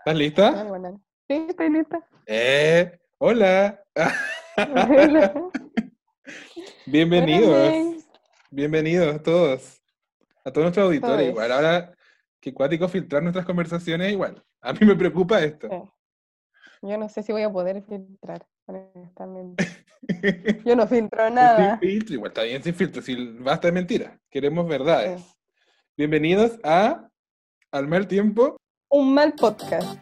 ¿Estás Dale, lista? bueno. Sí, estoy lista. Hola. Hola. Hola, Bienvenidos. Max. Bienvenidos a todos nuestros Todo auditores. Igual, es. ahora que cuático filtrar nuestras conversaciones, igual. A mí me preocupa esto. Yo no sé si voy a poder filtrar, honestamente. Yo no filtro Sin nada. filtro, igual está bien sin filtro, si basta de mentiras. Queremos Sí. verdades. Bienvenidos a Al mal tiempo. Un mal podcast.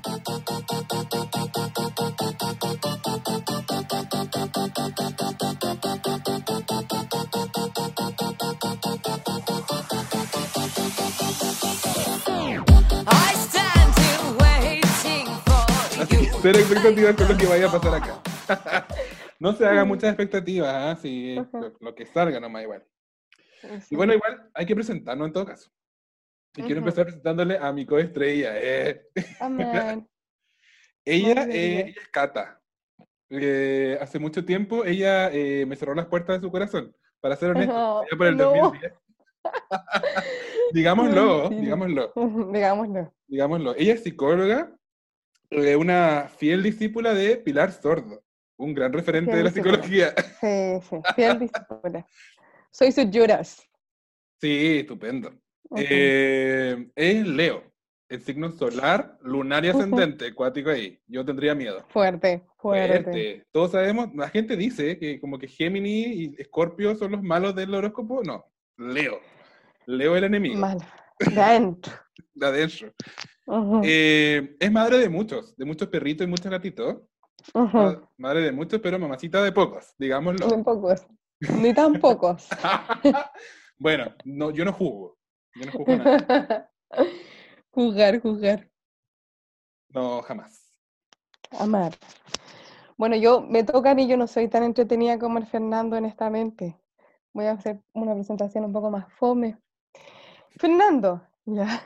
I stand here waiting for Así que you. cero expectativas con lo que vaya a pasar acá. No se hagan muchas expectativas, ¿ah? Sí, Ujú. lo que salga nomás igual. Y Sí. bueno, igual hay que presentarnos en todo caso. Y quiero Ujú. empezar presentándole a mi coestrella. Amén. Ella, Muy querida. ella es Cata. Hace mucho tiempo ella me cerró las puertas de su corazón. Para ser honesto, No, allá por el no. 2010. Digámoslo, Mentira. digámoslo, Digámoslo. digámoslo. Ella es psicóloga, una fiel discípula de Pilar Sordo, un gran referente de Fiel la discípula. psicología. Sí, sí. Fiel discípula. Soy su Judas. Sí, estupendo. Ujú. Es Leo, el signo solar, lunar y Ujú. ascendente, cuático ahí. Yo tendría miedo. Fuerte, fuerte. Fuerte. Todos sabemos, la gente dice que como que Géminis y Escorpio son los malos del horóscopo. No, Leo. Leo el enemigo, Mal. De adentro. de adentro. Ujú, Es madre de muchos perritos y muchos gatitos. ujú. Madre de muchos, pero mamacita de pocos, digámoslo. Ni pocos. Ni tan pocos. Bueno, no, yo no juzgo. Yo no juzgo a nadie. Jugar, jugar. No, jamás. Amar. Bueno, me toca a mí, yo no soy tan entretenida como el Fernando, honestamente. Voy a hacer una presentación un poco más fome. Fernando, ya.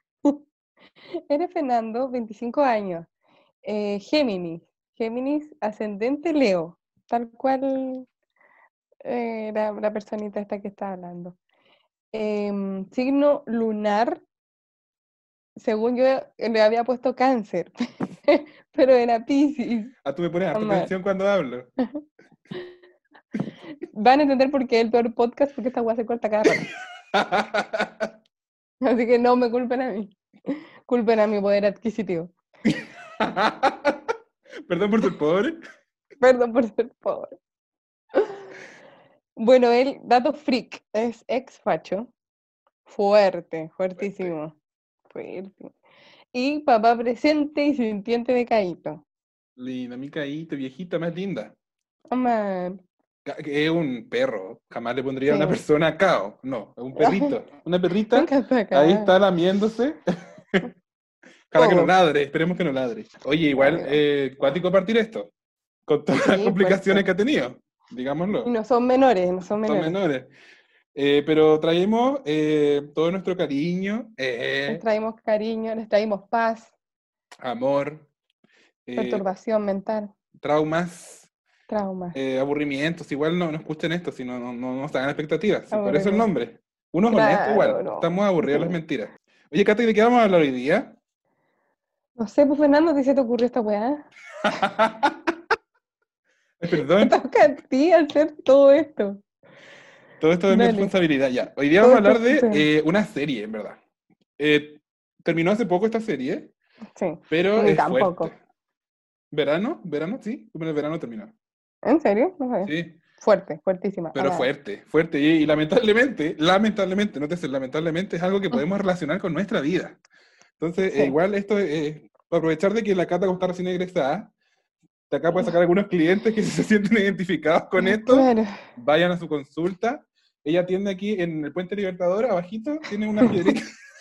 Eres Fernando, 25 años. Géminis. Géminis, ascendente Leo. Tal cual la personita esta que está hablando. Signo lunar, según yo le había puesto cáncer, pero era Piscis. Ah, tú me pones harta Amar. atención cuando hablo. Van a entender por qué es el peor podcast, porque esta weá se corta cada rato. Así que no me culpen a mí. Culpen a mi poder adquisitivo. Perdón por ser pobre. Perdón por ser pobre. Bueno, el dato freak es ex facho. Fuerte, Fuerte. fuertísimo. Fuerte. Y papá presente y sintiente de Caíto. Linda, mi caíte, viejita más linda. Amar. Es un perro. Jamás le pondría a una Sí. persona cao. No, es un perrito. Una Me perrita. encanta Ahí acá. está lamiéndose. Ojalá que no Todo. ladre. Esperemos que no ladre. Oye, igual, Obvio. cuático partir esto. Con todas las Sí, complicaciones fuerte. que ha tenido. Y Digámoslo. no son menores, no son Son menores. menores. Pero traemos todo nuestro cariño, Les traemos cariño, les traemos paz, amor, eh, perturbación mental, traumas, trauma, aburrimientos. Igual no escuchen esto, si no se hagan expectativas. Y por eso el aburrimiento. nombre. Uno es honesto Claro, igual. no. Estamos aburridos de las mentiras. Oye, Cata, ¿de qué vamos a hablar hoy día? No sé, pues Fernando, ¿qué se te ocurrió esta weá? Ay, Te perdón, toca a ti hacer todo esto. todo esto es mi Dale, responsabilidad. Ya, hoy día todo vamos a esto hablar es de sí. una serie, en verdad. Terminó hace poco esta serie, Sí, pero ni es tampoco. fuerte. ¿Verano? ¿Verano? Sí, como en el verano terminó. ¿En serio? No sé. Sí, Fuerte, fuertísima, pero amada. fuerte, fuerte. Y lamentablemente, no te sé, lamentablemente es algo que podemos relacionar con nuestra vida. Entonces, Sí. igual esto es, para aprovechar de que la Cata está recién egresada, de acá puede sacar algunos clientes que si se sienten identificados con esto, Claro. vayan a su consulta. Ella atiende aquí en el Puente Libertador, abajito, tiene una piedrita.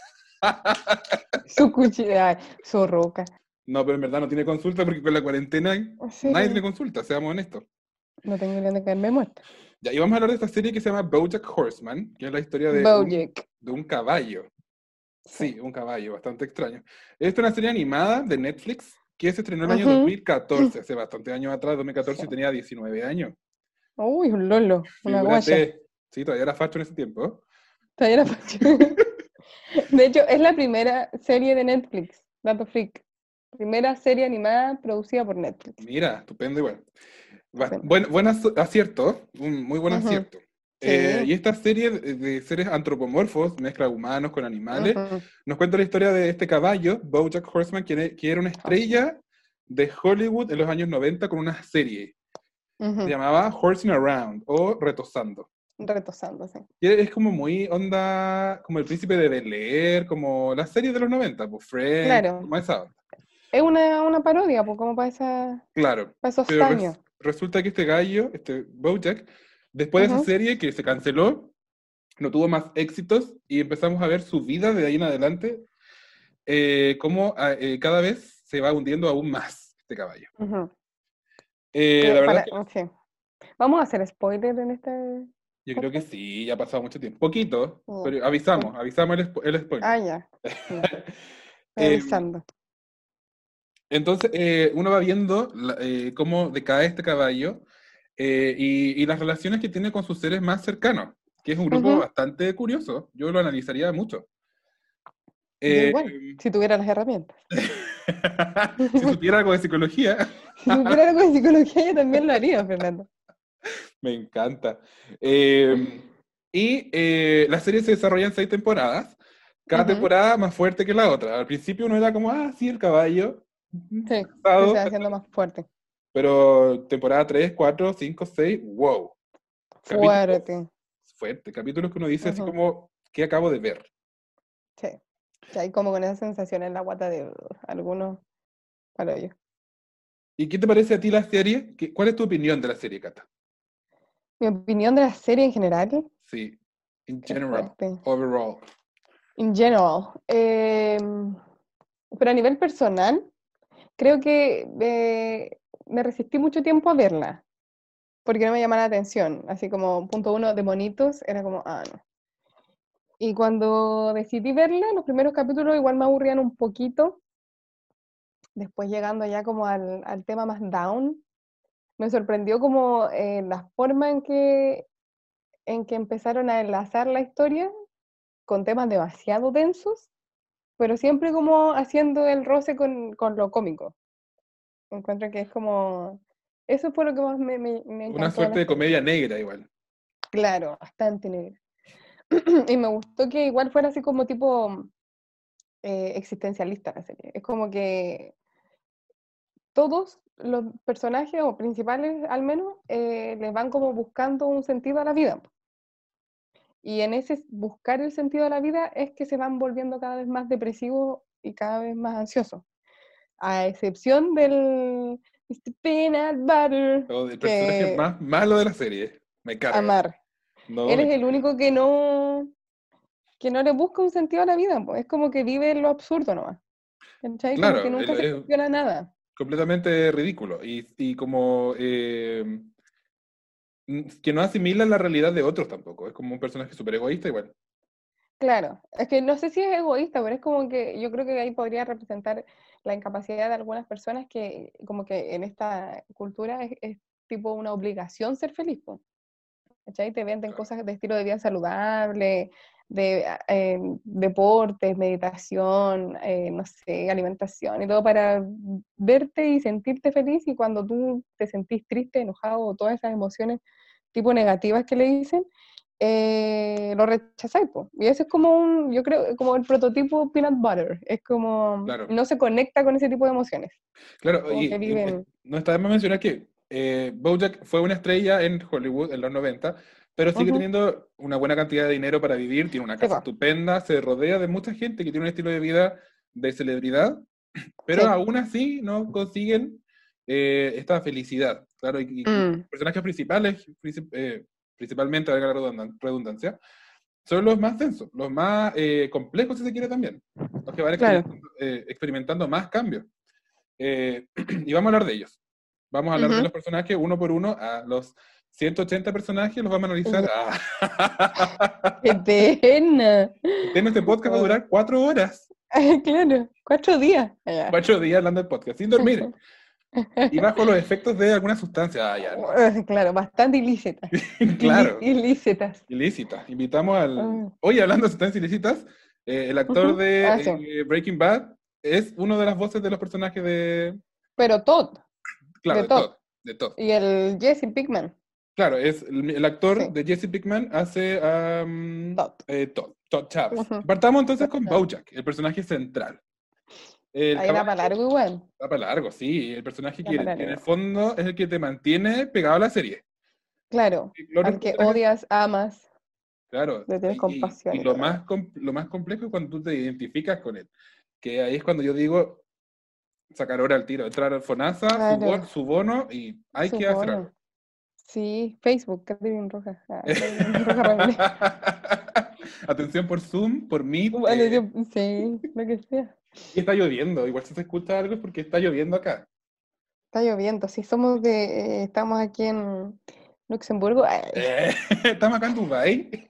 Su cuchilla, su roca. No, pero en verdad no tiene consulta porque con la cuarentena ¿En nadie tiene serio? consulta, seamos honestos. No tengo idea de caerme muerta. Ya, y vamos a hablar de esta serie que se llama BoJack Horseman, que es la historia Bojack. de un caballo. Sí. Sí, un caballo, bastante extraño. Esta es una serie animada de Netflix que se estrenó el año Ujú. 2014, hace bastante años atrás, Sí. 2014 y tenía 19 años. Uy, un lolo, una guaya. Figúrate, sí, todavía era facho en ese tiempo. Todavía era facha. De hecho, es la primera serie de Netflix, Dato Freak. Primera serie animada producida por Netflix. Mira, estupendo igual. Estupendo. Buen acierto, un muy buen Ujú. acierto. Sí. Y esta serie de seres antropomorfos, mezcla humanos con animales, Ujú. nos cuenta la historia de este caballo, BoJack Horseman, que era una estrella de Hollywood en los años 90 con una serie. Se Ujú. llamaba Horsing Around o Retosando. Retosando, sí. Y es como muy onda, como el príncipe de Bel-Air, como las series de los 90, pues Friends, Claro. como esa onda. Es una parodia, pues, como para Claro, esos pero años. resulta que este gallo, este BoJack, después de Ujú. esa serie que se canceló, no tuvo más éxitos y empezamos a ver su vida de ahí en adelante, cómo cada vez se va hundiendo aún más este caballo. Ujú. La verdad es que Sí. Vamos a hacer spoiler en este yo creo que podcast. sí, ya ha pasado mucho tiempo. Poquito, Sí. pero avisamos el spoiler. Ah, ya. Ya. Estoy Eh, avisando. Entonces, uno va viendo cómo decae este caballo y las relaciones que tiene con sus seres más cercanos, que es un grupo Ujú. bastante curioso. Yo lo analizaría mucho. Yo Eh, igual, si tuviera las herramientas. si supiera algo de psicología, Si supiera algo de psicología, yo también lo haría, Fernando. me encanta. La serie se desarrolla en 6 temporadas, cada Ujú. temporada más fuerte que la otra. Al principio uno era como, ah, sí, el caballo, Sí, que se cansado, va haciendo más fuerte. pero temporada 3, 4, 5, 6, wow. Capítulos Fuerte. fuertes, capítulos que uno dice así Ujú. como, ¿qué acabo de ver? Sí. Que hay como con esa sensación en la guata de algunos para ellos. ¿Y qué te parece a ti la serie? ¿Cuál es tu opinión de la serie, Cata? Mi opinión de la serie en general, Sí, in qué general, fuerte. overall. In general. Pero a nivel personal, creo que me resistí mucho tiempo a verla, porque no me llamaba la atención. Así como punto uno de monitos, era como, ah, no. Y cuando decidí verla, los primeros capítulos igual me aburrían un poquito. Después llegando ya como al tema más down, me sorprendió como la forma en que empezaron a enlazar la historia con temas demasiado densos, pero siempre como haciendo el roce con lo cómico. Encuentro que es como... Eso fue lo que más me Una encantó de suerte la de serie. comedia negra igual. Claro, bastante negra. Y me gustó que igual fuera así como tipo existencialista la serie. Es como que todos los personajes, o principales al menos, les van como buscando un sentido a la vida. Y en ese buscar el sentido de la vida es que se van volviendo cada vez más depresivos y cada vez más ansiosos. A excepción del Mr. Peanut Butter, O del personaje que más malo de la serie. Me carga. amar. No, Él me es el carga. único que no le busca un sentido a la vida, pues. Es como que vive en lo absurdo nomás. ¿Cachai? Como que Claro, nunca se es cuestiona nada. completamente ridículo. Y como que no asimila la realidad de otros tampoco. Es como un personaje súper egoísta igual. Claro, es que no sé si es egoísta, pero es como que yo creo que ahí podría representar la incapacidad de algunas personas que como que en esta cultura es tipo una obligación ser feliz, po, ¿cachai? Te venden Claro. cosas de estilo de vida saludable, de deportes, meditación, no sé, alimentación y todo para verte y sentirte feliz, y cuando tú te sentís triste, enojado o todas esas emociones tipo negativas que le dicen, lo rechazáis, po. Y eso es como yo creo, como el prototipo peanut butter, es como, Claro. no se conecta con ese tipo de emociones, Claro, como que viven, no está de más mencionar que BoJack fue una estrella en Hollywood en los 90, pero sigue ujú, teniendo una buena cantidad de dinero para vivir, tiene una sí, casa po, estupenda, se rodea de mucha gente que tiene un estilo de vida de celebridad, pero sí, aún así no consiguen esta felicidad. Claro, y los mm, personajes principales, principalmente, valga la redundancia, son los más densos, los más complejos, si se quiere también, los que van claro, experimentando más cambios. Y vamos a hablar de ellos. Vamos a hablar de ujú. los personajes uno por uno. A los 180 personajes los vamos a analizar. Ya, Ah. ¡qué pena! Este podcast va a Oh, durar 4 horas, claro, 4 días. Ya. 4 días hablando del podcast, sin dormir. Y bajo los efectos de alguna sustancia. Ah, ya, no. Claro, bastante ilícitas. Claro, Ilícitas. ilícita. Invitamos al. Ah, Hoy hablando de sustancias ilícitas, el actor ujú. de Ah, sí. Breaking Bad, es una de las voces de los personajes de... Pero Todd, Claro, de de Todd. Todd. De Todd. Y el Jesse Pinkman. Claro, es el actor Sí. de Jesse Pinkman hace a Todd. Todd Chaps. Ujú. Partamos entonces Todd con Chaps. Bojack, el personaje central. El Ahí da caballo para largo igual. da para largo, sí. El personaje Da que para en el largo. fondo es el que te mantiene pegado a la serie. Claro, Y los otros al que personajes, odias, amas, claro. le tienes compasión Y y lo todo. lo más complejo es cuando tú te identificas con él. Que ahí es cuando yo digo, sacar hora al tiro, entrar al FONASA, Claro, su bono y hay su que hacer algo. bono. Sí, Facebook, Catherine Rojas. Catherine Rojas Ramírez. Atención por Zoom, por Meet. Bueno, sí, lo que sea. Y está lloviendo. Igual si se escucha algo es porque está lloviendo acá. Está lloviendo, sí, estamos aquí en Luxemburgo. Estamos acá en Dubai.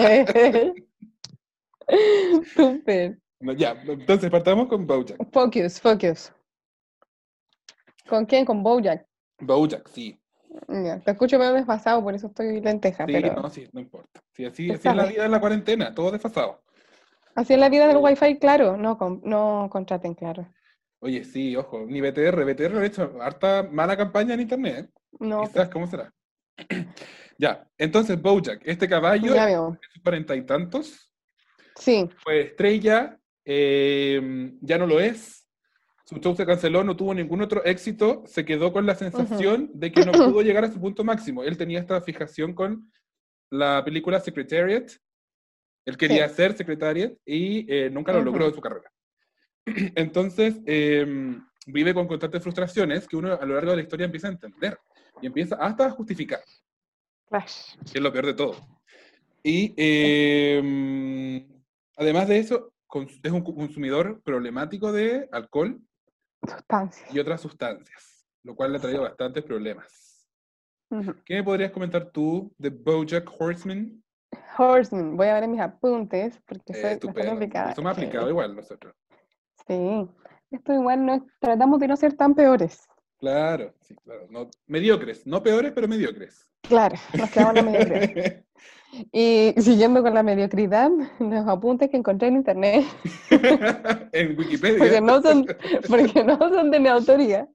Súper. No, ya, entonces partamos con Bojack. Focus. ¿Con quién? Con Bojack. Bojack, sí. Ya, te escucho medio desfasado, por eso estoy lenteja, Sí, pero no, sí, no importa. Sí, así se es la sabe. vida en la cuarentena, todo desfasado. Así es la vida del Wi-Fi, claro. No contraten, claro. Oye, sí, ojo, ni BTR. BTR ha hecho harta mala campaña en internet. No, Quizás, ¿cómo será? Ya, entonces Bojack, este caballo, ya en veo. sus 40 y tantos, Sí. fue estrella, ya no lo es. Su show se canceló, no tuvo ningún otro éxito, se quedó con la sensación de que no pudo llegar a su punto máximo. Él tenía esta fijación con la película Secretariat, él quería Sí. ser Secretariat y nunca lo logró en su carrera. Entonces, vive con constantes frustraciones que uno a lo largo de la historia empieza a entender y empieza hasta a justificar, Flash. que es lo peor de todo. Y además de eso, es un consumidor problemático de alcohol Sustancias. y otras sustancias, lo cual le ha traído bastantes problemas. Ujú. ¿Qué me podrías comentar tú de BoJack Horseman? Horseman. Voy a ver en mis apuntes porque soy bastante Estupendo. complicada. Somos aplicados igual nosotros. Sí. Esto igual tratamos de no ser tan peores. Claro, sí, claro. No, mediocres, no peores, pero mediocres. Claro, nos quedamos en la mediocridad. Y siguiendo con la mediocridad, los apuntes que encontré en internet, En porque Wikipedia. porque no son de mi autoría.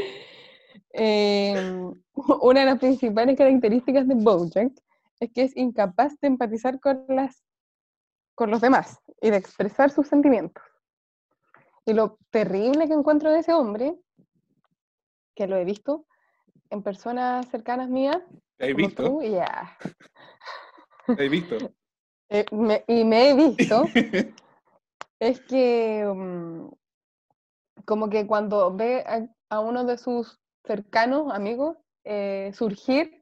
Una de las principales características de Bojack es que es incapaz de empatizar con los demás y de expresar sus sentimientos. Y lo terrible que encuentro de ese hombre, que lo he visto en personas cercanas mías, ¿Has como visto? tú, y ya. ¿Has visto? Y me he visto, es que como que cuando ve a uno de sus cercanos amigos surgir,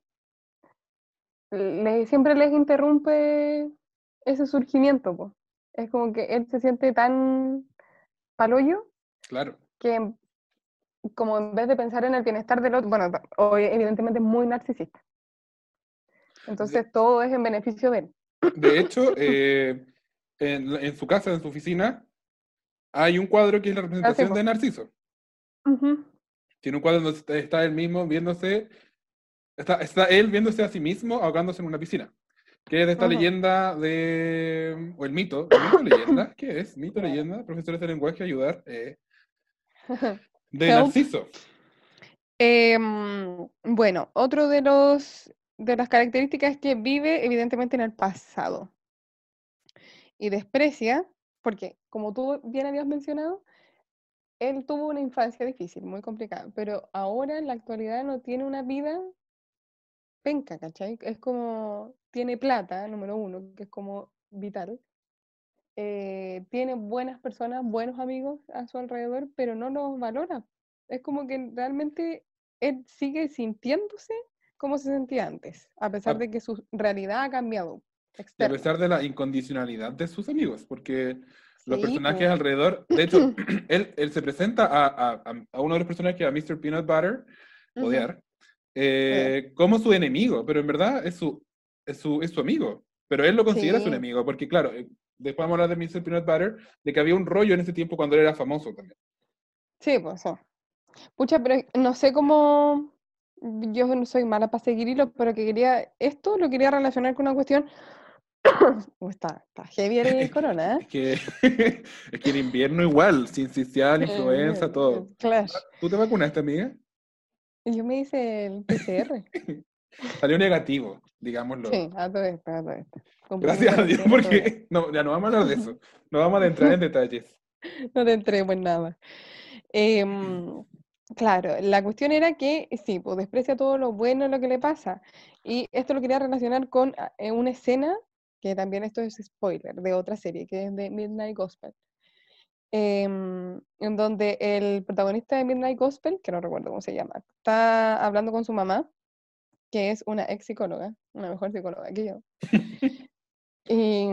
siempre les interrumpe ese surgimiento, po. Es como que él se siente tan palollo Claro. que como en vez de pensar en el bienestar del otro, bueno, evidentemente es muy narcisista. Entonces todo es en beneficio de él. De hecho, en su casa, en su oficina, hay un cuadro que es la representación po. de Narciso. Ujú. Tiene un cuadro donde está él mismo viéndose, está él viéndose a sí mismo ahogándose en una piscina. Que es de esta Ujú. leyenda o el mito leyenda, ¿qué es? Mito, leyenda, profesores de lenguaje, ayudar, de Help. Narciso. Bueno, otro de las características es que vive evidentemente en el pasado y desprecia, porque como tú bien habías mencionado, él tuvo una infancia difícil, muy complicada, pero ahora en la actualidad no tiene una vida penca, ¿cachai? Es como, tiene plata, número uno, que es como vital. Tiene buenas personas, buenos amigos a su alrededor, pero no los valora. Es como que realmente él sigue sintiéndose como se sentía antes, a pesar A- de que su realidad ha cambiado Y a externa. pesar de la incondicionalidad de sus amigos, porque los Sí, personajes po. alrededor, de hecho, él se presenta a uno de los personajes, a Mr. Peanut Butter, Ujú. odiar, Oye, como su enemigo, pero en verdad es su amigo. Pero él lo considera su sí, enemigo, porque claro, después vamos a hablar de Mr. Peanut Butter, de que había un rollo en ese tiempo cuando él era famoso también. sí, pues sí. Pucha, pero no sé cómo, yo no soy mala para seguir hilos, pero que quería, esto lo quería relacionar con una cuestión Está heavy el corona, Es que, es que en invierno igual, sincicial, influenza, todo. Claro. ¿Tú te vacunaste, amiga? Yo me hice el PCR. Salió negativo, digámoslo. Sí, a todo esto, a todo esto. Cumplí mi Gracias a Dios, cuarentena, todo bien. porque no, ya no vamos a hablar de eso. No vamos a entrar en detalles. No te entremos en nada. Claro, la cuestión era que sí, pues desprecia todo lo bueno lo que le pasa. Y esto lo quería relacionar con una escena, que también esto es spoiler, de otra serie, que es de Midnight Gospel. En donde el protagonista de Midnight Gospel, que no recuerdo cómo se llama, está hablando con su mamá, que es una ex psicóloga, una mejor psicóloga que yo. Y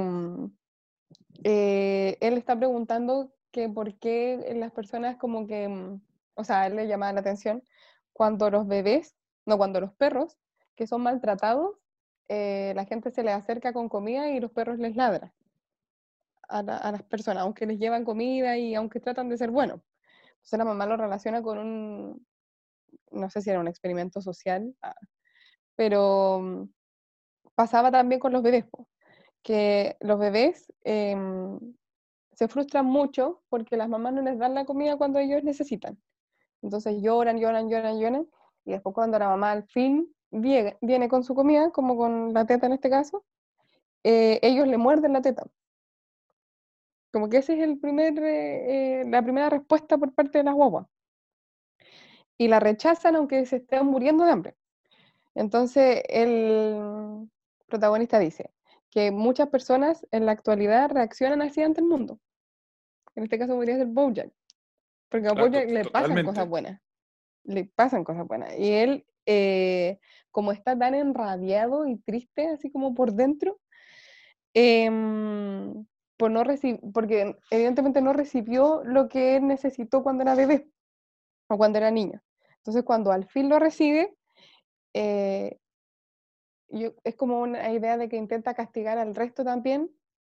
él está preguntando que por qué las personas como que, o sea, a él le llamaba la atención cuando los bebés, no, cuando los perros que son maltratados, la gente se les acerca con comida y los perros les ladran a las personas, aunque les llevan comida y aunque tratan de ser buenos. Entonces la mamá lo relaciona con no sé si era un experimento social, pero pasaba también con los bebés, po, que los bebés se frustran mucho porque las mamás no les dan la comida cuando ellos necesitan. Entonces lloran, lloran, lloran, lloran, y después cuando la mamá al fin viene con su comida, como con la teta en este caso, ellos le muerden la teta. Como que ese es la primera respuesta por parte de las guaguas. Y la rechazan aunque se estén muriendo de hambre. Entonces el protagonista dice que muchas personas en la actualidad reaccionan así ante el mundo. En este caso podría ser Bojack, porque a Claro, Bojack le pasan cosas totalmente. buenas. Le pasan cosas buenas. Y él, como está tan enrabiado y triste, así como por dentro, por no porque evidentemente no recibió lo que él necesitó cuando era bebé o cuando era niño. Entonces, cuando al fin lo recibe, eh, es como una idea de que intenta castigar al resto también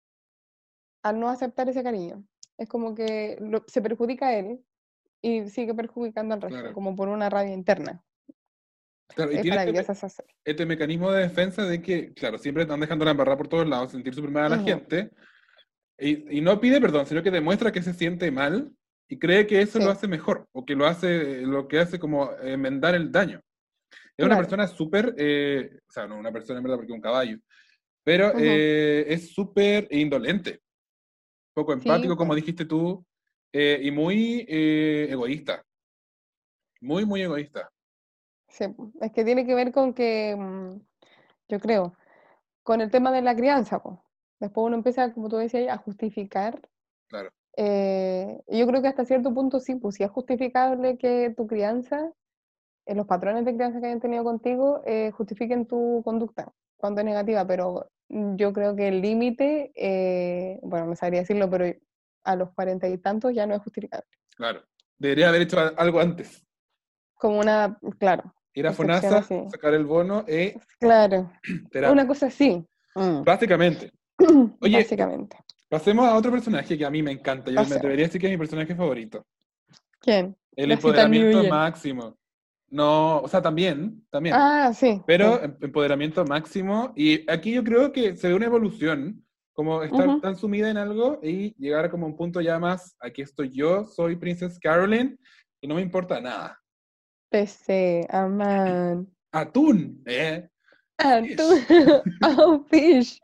al no aceptar ese cariño. Es como que se perjudica a él y sigue perjudicando al resto, Claro. como por una rabia interna. Claro, y Es tiene maravillosa esa serie. este mecanismo de defensa de que, claro, siempre están dejando la embarrada por todos lados, sentir súper mal a la Ujú, gente, y no pide perdón, sino que demuestra que se siente mal y cree que eso lo sí, hace mejor, o que lo que hace como enmendar el daño. Es una claro. persona súper, o sea, no una persona en verdad porque es un caballo, pero Ujú, es súper indolente, poco sí, empático, como po, dijiste tú, y muy egoísta, muy, muy egoísta. sí, po. Es que tiene que ver con que, yo creo, con el tema de la crianza, po. Después uno empieza, como tú decías, a justificar. Claro, Y yo creo que hasta cierto punto sí, pues si es justificable que tu crianza, los patrones de crianza que hayan tenido contigo, justifiquen tu conducta cuando es negativa, pero yo creo que el límite, bueno, no sabría decirlo, pero a los 40 y tantos ya no es justificable. claro. Debería haber hecho algo antes. Como una, claro, Ir a excepción FONASA, así. sacar el bono y Claro, una terapia. cosa así. Mm, Básicamente. Oye, básicamente. pasemos a otro personaje que a mí me encanta. Yo me Pasemos. atrevería a decir que es mi personaje favorito. ¿Quién? El La cita empoderamiento Newell. máximo. No, o sea, también. Ah, sí, Pero sí. empoderamiento máximo. Y aquí yo creo que se ve una evolución, como estar Ujú. tan sumida en algo y llegar como a un punto ya más, aquí estoy yo, soy Princess Caroline y no me importa nada. PC, Aman. Atún, Ah, tú. fish. Oh, fish.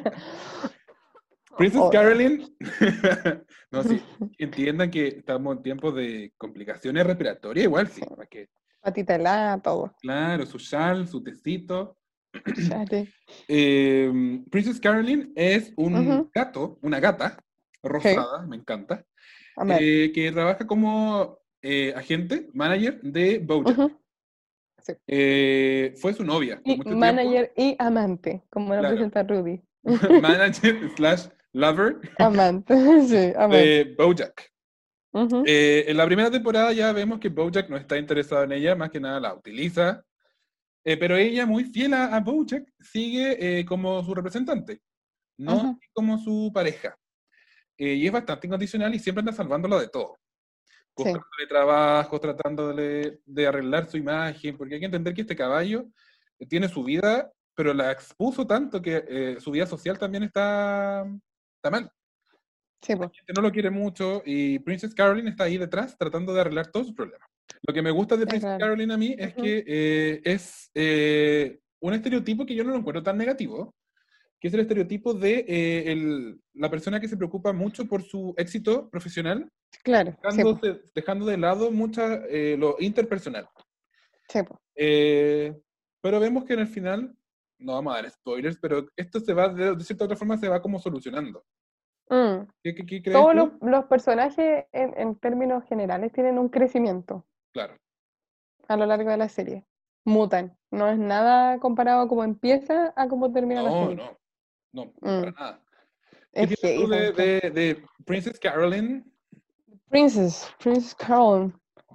Princess Oh, Caroline, no, sí, entiendan que estamos en tiempos de complicaciones respiratorias, igual sí, para que, patita helada, todo. claro, su chal, su tecito. Chale. Princess Caroline es un Ujú, gato, una gata sí, rosada, me encanta, Aman. que trabaja como agente, manager de Bojack. Ujú, sí. Fue su novia por Y mucho tiempo, manager y amante, como lo claro, presenta Rudy. manager slash lover Amante, sí, amante. de Bojack. Ujú, En la primera temporada ya vemos que Bojack no está interesado en ella, más que nada la utiliza, pero ella, muy fiel a Bojack, sigue como su representante, no ujú, como su pareja. Y es bastante incondicional y siempre anda salvándolo de todo, sí, buscándole trabajo, tratándole de arreglar su imagen, porque hay que entender que este caballo tiene su vida, pero la expuso tanto que su vida social también está mal. Sí, La pues. gente no lo quiere mucho y Princess Caroline está ahí detrás tratando de arreglar todos sus problemas. Lo que me gusta de Es Princess raro. Caroline a mí es Ujú. que es un estereotipo que yo no lo encuentro tan negativo, que es el estereotipo de la persona que se preocupa mucho por su éxito profesional, Claro, sí, pues. dejando de lado lo interpersonal. Sí, pues. Eh, pero vemos que en el final, no vamos a dar spoilers, pero esto se va, de cierta otra forma, se va como solucionando. Mm. ¿Qué crees Todos tú? los personajes en términos generales tienen un crecimiento Claro. a lo largo de la serie. Mutan. No es nada comparado a cómo empieza a cómo termina la No, serie. no, no, para Mm. nada. ¿Qué Es piensas heavy, tú esa cuestión. de Princess Caroline? Princess Carol.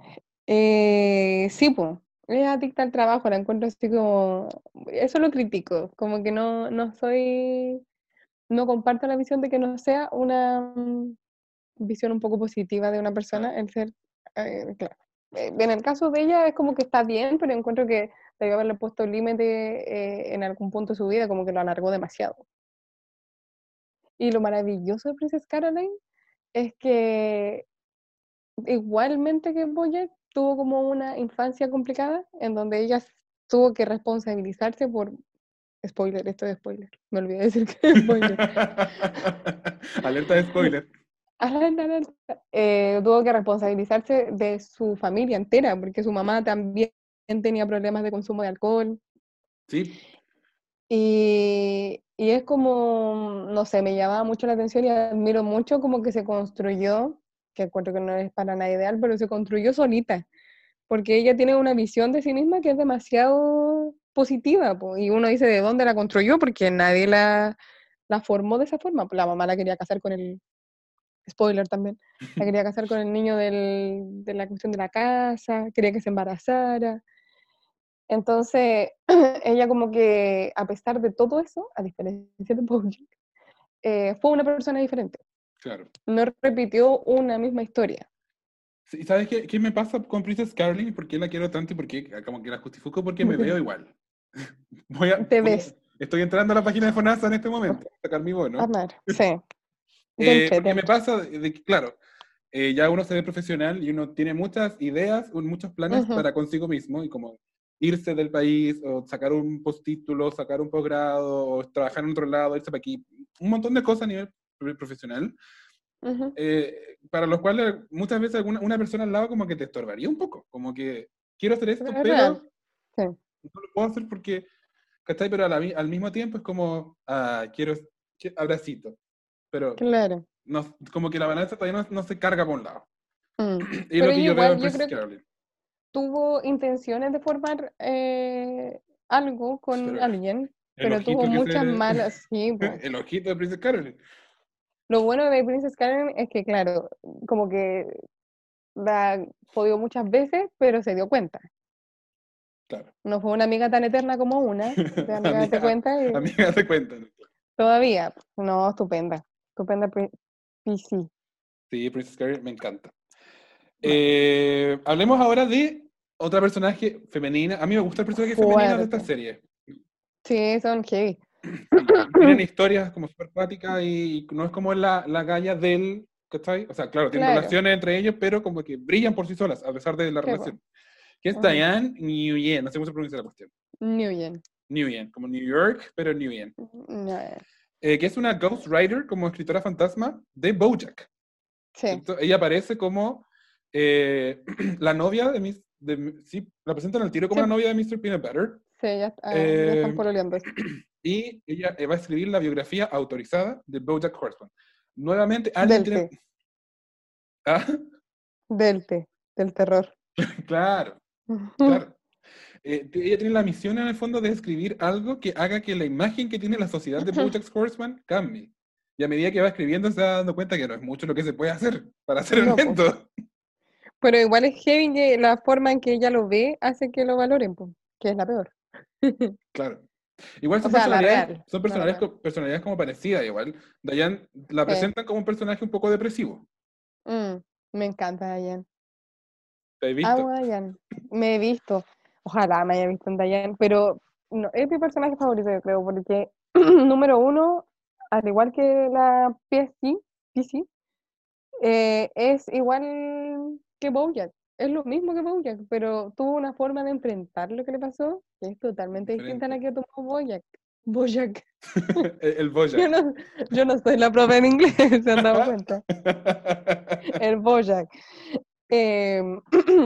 Sí, pues. Es adicta al trabajo, la encuentro así como. Eso lo critico. Como que no soy. No comparto la visión de que no sea una visión un poco positiva de una Claro. persona el ser. Claro. En el caso de ella es como que está bien, pero encuentro que debió haberle puesto límite en algún punto de su vida, como que lo alargó demasiado. Y lo maravilloso de Princess Caroline es que igualmente que Bojack tuvo como una infancia complicada en donde ella tuvo que responsabilizarse por spoiler, esto es spoiler, me olvidé de decir que es spoiler. Alerta de spoiler. Alerta, alerta. Tuvo que responsabilizarse de su familia entera porque su mamá también tenía problemas de consumo de alcohol Sí, y es como, no sé, me llamaba mucho la atención y admiro mucho como que se construyó, que encuentro que no es para nada ideal, pero se construyó solita. Porque ella tiene una visión de sí misma que es demasiado positiva, po, y uno dice de dónde la construyó, porque nadie la formó de esa forma. La mamá la quería casar con el, spoiler también, la quería casar con el niño de la cuestión de la casa, quería que se embarazara. Entonces, ella como que, a pesar de todo eso, a diferencia de Bojack, fue una persona diferente. claro. No repitió una misma historia. Sí, ¿sabes qué me pasa con Princess Caroline? ¿Por qué la quiero tanto y por qué como que la justifico? Porque me veo igual. Te ves. Estoy entrando a la página de FONASA en este momento, a sacar mi bono. Amar, sí. De Porque me entrete. pasa de que, claro, ya uno se ve profesional y uno tiene muchas ideas, muchos planes Ujú. para consigo mismo y como irse del país o sacar un postítulo, sacar un posgrado o trabajar en otro lado, irse para aquí, un montón de cosas a nivel profesional, Ujú. para los cuales muchas veces una persona al lado como que te estorbaría un poco, como que quiero hacer Pero esto, es pero real. Sí, no lo puedo hacer porque, ¿cachai? Pero al mismo tiempo es como, abracito, pero claro. no, como que la balanza todavía no se carga por un lado. Mm. Y es Pero lo ella que yo veo en igual, yo Princess creo que Caroline. tuvo intenciones de formar algo con Pero alguien, el pero tuvo ojito que muchas se... malas, sí, po. El ojito de Princess Caroline. Lo bueno de Princess Karen es que, claro, como que la jodió muchas veces, pero se dio cuenta. Claro. No fue una amiga tan eterna como una, de amiga date Amiga, cuenta, y amiga, te cuentan. todavía, no, estupenda, estupenda PC. Sí, Princess Caroline me encanta. Bueno, Hablemos ahora de otra personaje femenina. A mí me gusta el personaje femenino de esta fuerte. serie. Sí, son heavy. Sí, tienen historias como súper cuáticas y no es como la galla del, ¿cachai? O sea, claro, tienen Claro, relaciones entre ellos, pero como que brillan por sí solas, a pesar de la sí, po. relación. Que es Ujú. Diane Nguyen, no sé cómo se pronuncia la cuestión. Nguyen. Nguyen, como New York, pero Nguyen. No, Que es una ghostwriter, como escritora fantasma, de BoJack. sí, ¿Cierto? Ella aparece como la novia sí, la presentan al tiro como la sí, novia de Mr. Peanut Butter. sí, ya están Eh, pololeando. y ella va a escribir la biografía autorizada de BoJack Horseman. Nuevamente, alguien Del tiene... té, Ah, del té, del terror. claro, claro. Ella tiene la misión en el fondo de escribir algo que haga que la imagen que tiene la sociedad de BoJack Horseman cambie. Y a medida que va escribiendo se va dando cuenta que no es mucho lo que se puede hacer, para ser No, po. honesto. Pero igual es heavy que la forma en que ella lo ve hace que lo valoren, po, que es la peor. Claro. Igual O sea, la real, son no la peor. personalidades como parecidas, igual. Diane la Sí. presentan como un personaje un poco depresivo. Mm, me encanta Dayan. ¿Te has Amo visto? a Dayan. Me he visto. Ojalá me haya visto en Dayan, pero no, es mi personaje favorito, yo creo, porque número uno, al igual que la PC, es igual que BoJack. Es lo mismo que BoJack, pero tuvo una forma de enfrentar lo que le pasó que es totalmente distinta a la Diferente. que tomó BoJack. BoJack. El Yo Bojack. no, yo no soy la profe en inglés, ¿se han dado cuenta? El BoJack. Em,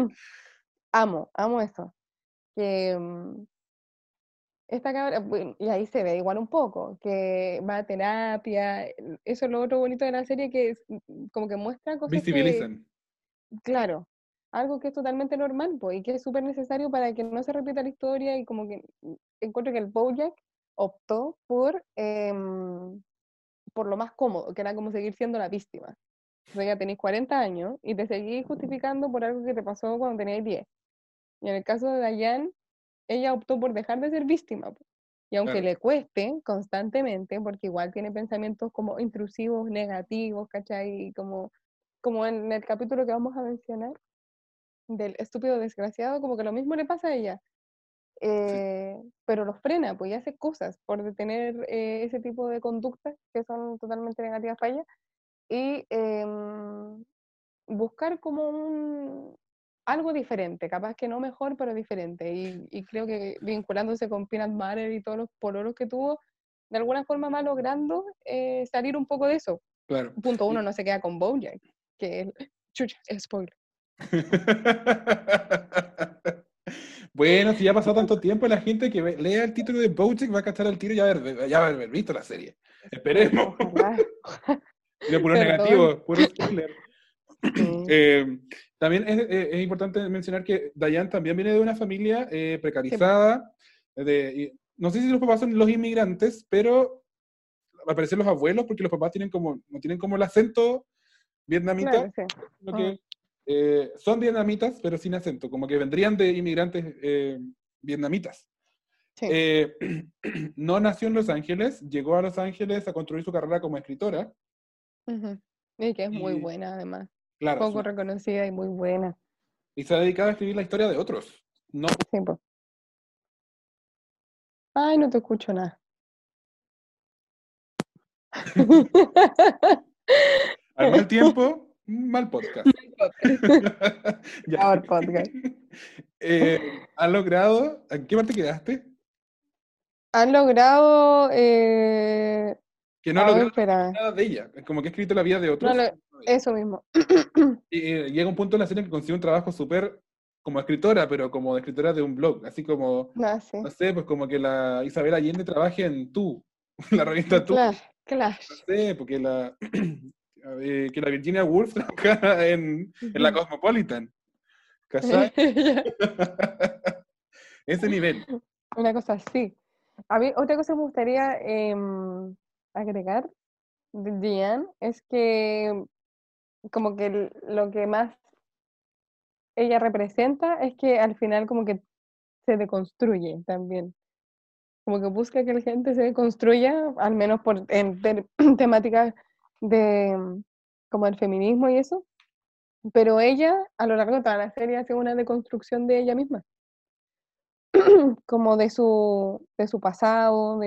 amo eso. Que esta cabra, bueno, y ahí se ve igual un poco, que va a terapia. Eso es lo otro bonito de la serie, que es, como que muestra cosas que, Visibilizan. claro, algo que es totalmente normal, pues, y que es súper necesario para que no se repita la historia, y como que encuentro que el BoJack optó por lo más cómodo, que era como seguir siendo la víctima. O sea, ya tenéis 40 años y te seguís justificando por algo que te pasó cuando tenías 10. Y en el caso de Diane, ella optó por dejar de ser víctima, po. Y aunque Claro. le cueste constantemente, porque igual tiene pensamientos como intrusivos, negativos, ¿cachai? Y como en el capítulo que vamos a mencionar, del estúpido desgraciado, como que lo mismo le pasa a ella. Sí. Pero los frena, pues, y hace cosas por detener ese tipo de conductas que son totalmente negativas para ella. Y buscar como algo diferente, capaz que no mejor, pero diferente. Y creo que vinculándose con Peanut Butter y todos los pololos que tuvo, de alguna forma va logrando salir un poco de eso. Claro. Punto uno, Y- no se queda con BoJack, que es, chucha, spoiler. Bueno, si ya ha pasado tanto tiempo, la gente que lea el título de BoJack va a cachar al tiro y ya va a haber visto la serie. Esperemos. Ojalá, Mira, puro perdón. negativo, puro spoiler. Sí, Eh, también es importante mencionar que Diane también viene de una familia sí, po, precarizada. No sé si los papás son los inmigrantes, pero aparecen los abuelos porque los papás no tienen como el acento vietnamita, claro, sí. sino Mm, que son vietnamitas, pero sin acento, como que vendrían de inmigrantes vietnamitas. sí. Eh, no nació en Los Ángeles, llegó a Los Ángeles a construir su carrera como escritora. Ujú. Y que es muy Y buena, además. claro, Poco reconocida y muy buena. y se ha dedicado a escribir la historia de otros. No, Sí, po. Ay, no te escucho nada. al mal tiempo, mal podcast. Ya. Ahora podcast. ¿Ha logrado? ¿En qué parte quedaste? Han logrado, Que no ha a ver, logrado espera, nada de ella. Es como que ha escrito la vida de no otros. lo, eso mismo. Y llega un punto en la serie en que consigue un trabajo súper como escritora, pero como de escritora de un blog. Así como, No, sí, no sé, pues como que la Isabel Allende trabaje en Tú, la revista Tú. claro, claro. No sé, porque que la Virginia Woolf trabaja en la Cosmopolitan. ¿Cachai? Ese nivel. Una cosa así. A mí, otra cosa que me gustaría agregar de Diane es que como que lo que más ella representa es que al final como que se deconstruye también. Como que busca que la gente se deconstruya, al menos en temáticas de como el feminismo y eso, pero ella a lo largo de toda la serie hace una deconstrucción de ella misma, como de su pasado,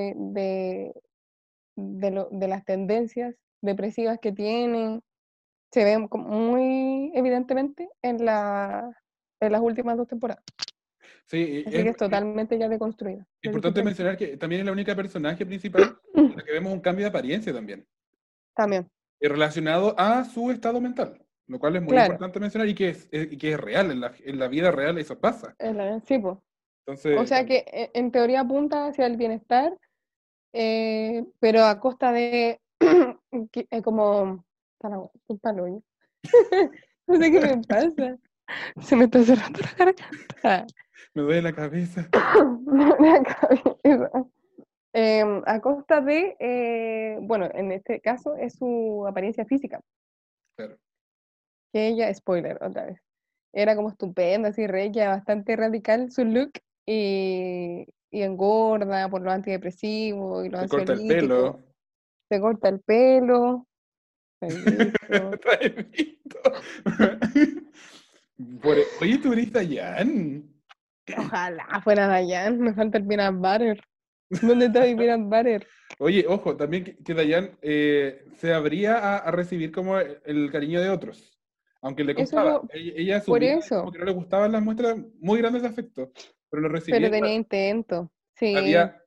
de las tendencias depresivas que tiene, se ven muy evidentemente en las últimas 2 temporadas, Sí, así que es totalmente ya deconstruida. Lo que importante escuché. mencionar que también es la única personaje principal en la que vemos un cambio de apariencia también, También, relacionado a su estado mental, lo cual es muy claro, importante mencionar y que es real, en la vida real eso pasa. sí, pues. O Entonces, sea que en teoría apunta hacia el bienestar, pero a costa de como un palo, ¿eh? No sé qué me pasa. Se me está cerrando la garganta. me duele la cabeza. La cabeza. A costa de, bueno, en este caso es su apariencia física, Claro. que ella, spoiler otra vez, era como estupenda, así regia, bastante radical su look y engorda por los antidepresivos y los Se corta el ansiolíticos, pelo. se corta el pelo, feíto. Trae pito. Oye, tú eres Dayan. Ojalá fuera Dayan, me falta el peanut butter. ¿Dónde está mi peanut butter? Oye, ojo, también que Dayan se abría a recibir como el cariño de otros, aunque le Eso costaba. lo, Ella por asumía como eso, que no le gustaban las muestras muy grandes de afecto, pero lo recibía pero igual. tenía intento. Sí, Había,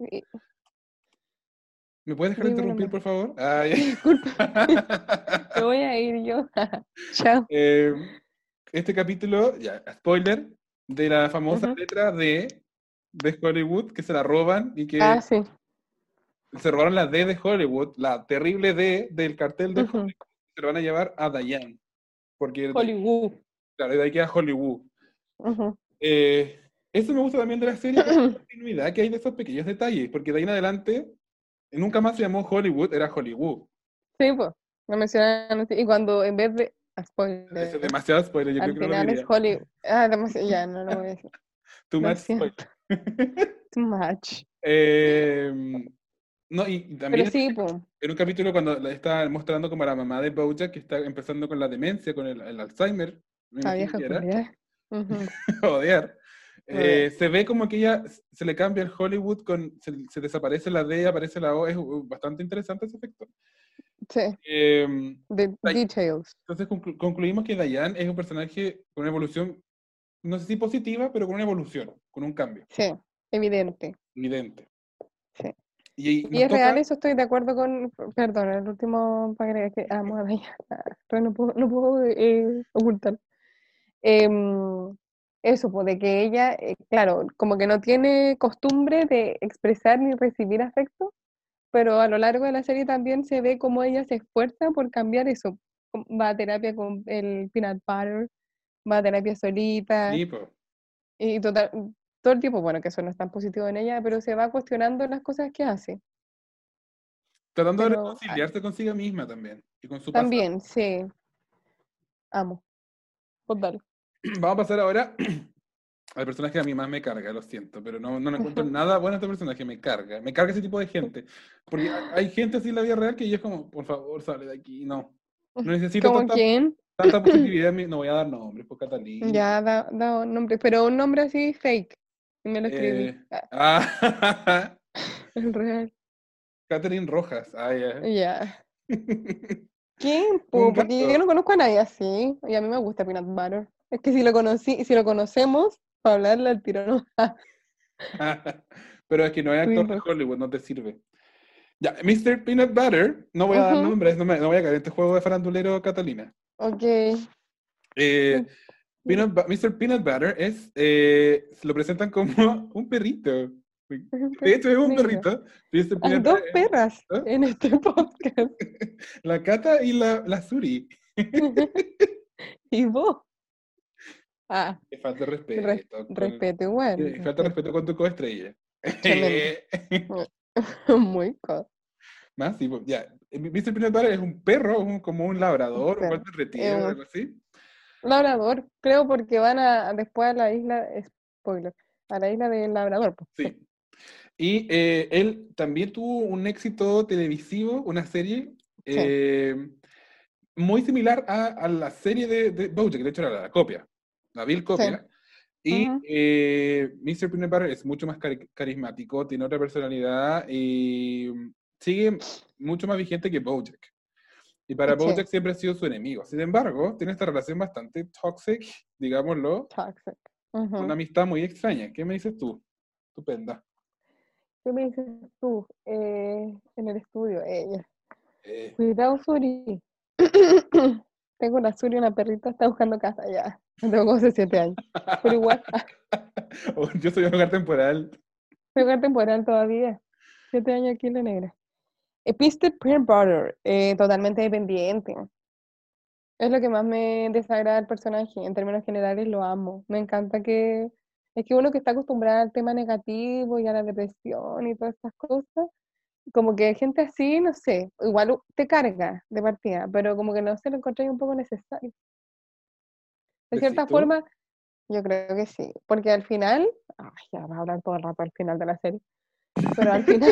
¿me puedes dejar de dime interrumpir, nomás. por favor? Ah, ya. Disculpa, me voy a ir yo. Chao. Eh, este capítulo, ya, spoiler, de la famosa Ujú. letra de Hollywood, que se la roban y Ah, que sí. se robaron la D de Hollywood, la terrible D del cartel de Ujú. Hollywood, se lo van a llevar a Diane, porque Hollywood. claro, de ahí queda Hollywood. Ujú. Eh, Eso me gusta también de la serie, como la continuidad que hay de esos pequeños detalles, porque de ahí en adelante nunca más se llamó Hollywood, era Hollywood. Sí, pues, lo mencionan así. Y cuando en vez de, Eso es spoiler, demasiado spoiler, yo creo al que no lo final es diría. Hollywood. Ah, demasiado, ya, no lo voy a decir. Too Lo much spoiler. siento, too much. Eh, no, y Pero también sí, pues. en un capítulo cuando la está mostrando como a la mamá de Bojack, que está empezando con la demencia, con el Alzheimer, me La imagino vieja que era, culiada. Ujú. odiar. Muy bien. Se ve como que ella se le cambia el Hollywood, se desaparece la D, aparece la O, es bastante interesante ese efecto. Sí, Eh, the details. entonces concluimos que Diane es un personaje con una evolución, no sé si positiva, pero con una evolución, con un cambio Sí, evidente. evidente. Sí. Y Y nos es real, toca, eso estoy de acuerdo con, perdón, el último para agregar que amo a Daya, pero no puedo ocultar. Eso, pues de que ella, claro, como que no tiene costumbre de expresar ni recibir afecto, pero a lo largo de la serie también se ve cómo ella se esfuerza por cambiar eso. Va a terapia con el peanut butter, va a terapia solita, sí, po, y todo el tiempo, bueno, que eso no es tan positivo en ella, pero se va cuestionando las cosas que hace. tratando de Pero reconciliarse consigo misma también y con su pasado. también, sí, amo. Total. Vamos a pasar ahora al personaje que a mí más me carga, lo siento, pero no le encuentro nada bueno a este personaje, me carga ese tipo de gente, porque hay gente así en la vida real que yo es como, por favor, sale de aquí, no necesito ¿Como quién? tanta positividad, no voy a dar nombres, pues Catalina, Ya da un nombre, pero un nombre así fake. Y me lo escribí. eh, Ah, ah, el real. Catherine Rojas, ya. Ya. ¿Quién? Un Porque yo gato. no conozco a nadie así. Y a mí me gusta Peanut Butter. Es que si lo conocemos, para hablarle al tiro, ¿no? Pero es que no es actor Catherine de Rojas. Hollywood, no te sirve. Ya, Mr. Peanut Butter, no voy a dar Ujú, nombres, no voy a caer en este juego de farandulero, Catalina. ok. Eh, Mr. Peanut Butter se lo presentan como un perrito. De hecho, es un Mira, perrito. Mr. hay Peanut dos Butter es perras un en este podcast. perrito. La Cata y la Suri. ¿Y vos? Ah, Que falta de respeto respeto igual, falta de respeto. respeto con tu coestrella. Tremendo. Muy caro. Más, sí, pues, ya. Mr. Peanut Butter es un perro, como un labrador, un Pero golden es retriever, un algo así. labrador, creo, porque después a la isla, spoiler, a la isla del labrador, pues. Sí. Sí. Y él también tuvo un éxito televisivo, una serie Sí. eh, muy similar a la serie de BoJack, de hecho era la copia, la vil Sí. copia. Y Ujú. Mr. Peanut Butter es mucho más carismático, tiene otra personalidad y sigue mucho más vigente que BoJack. Y para Sí, BoJack siempre ha sido su enemigo. Sin embargo, tiene esta relación bastante toxic, digámoslo, toxic. una Ujú. amistad muy extraña. ¿Qué me dices tú? Estupenda. ¿Qué me dices tú en el estudio? Ella. Eh, Cuidado, Suri. Tengo una Suri, una perrita, está buscando casa ya. Tengo como 7 años. Pero igual, Oh, yo soy un hogar temporal. jugar temporal todavía. 7 años aquí en la negra. Episted Peanut Butter, totalmente dependiente. Es lo que más me desagrada del personaje. En términos generales lo amo. Me encanta que... Es que uno que está acostumbrado al tema negativo y a la depresión y todas estas cosas, como que gente así, no sé, igual te carga de partida, pero como que no se lo encontré un poco necesario. De ¿Decís cierta tú? forma, yo creo que sí. Porque al final... Ay, ya va a hablar todo el rato al final de la serie. Pero al final,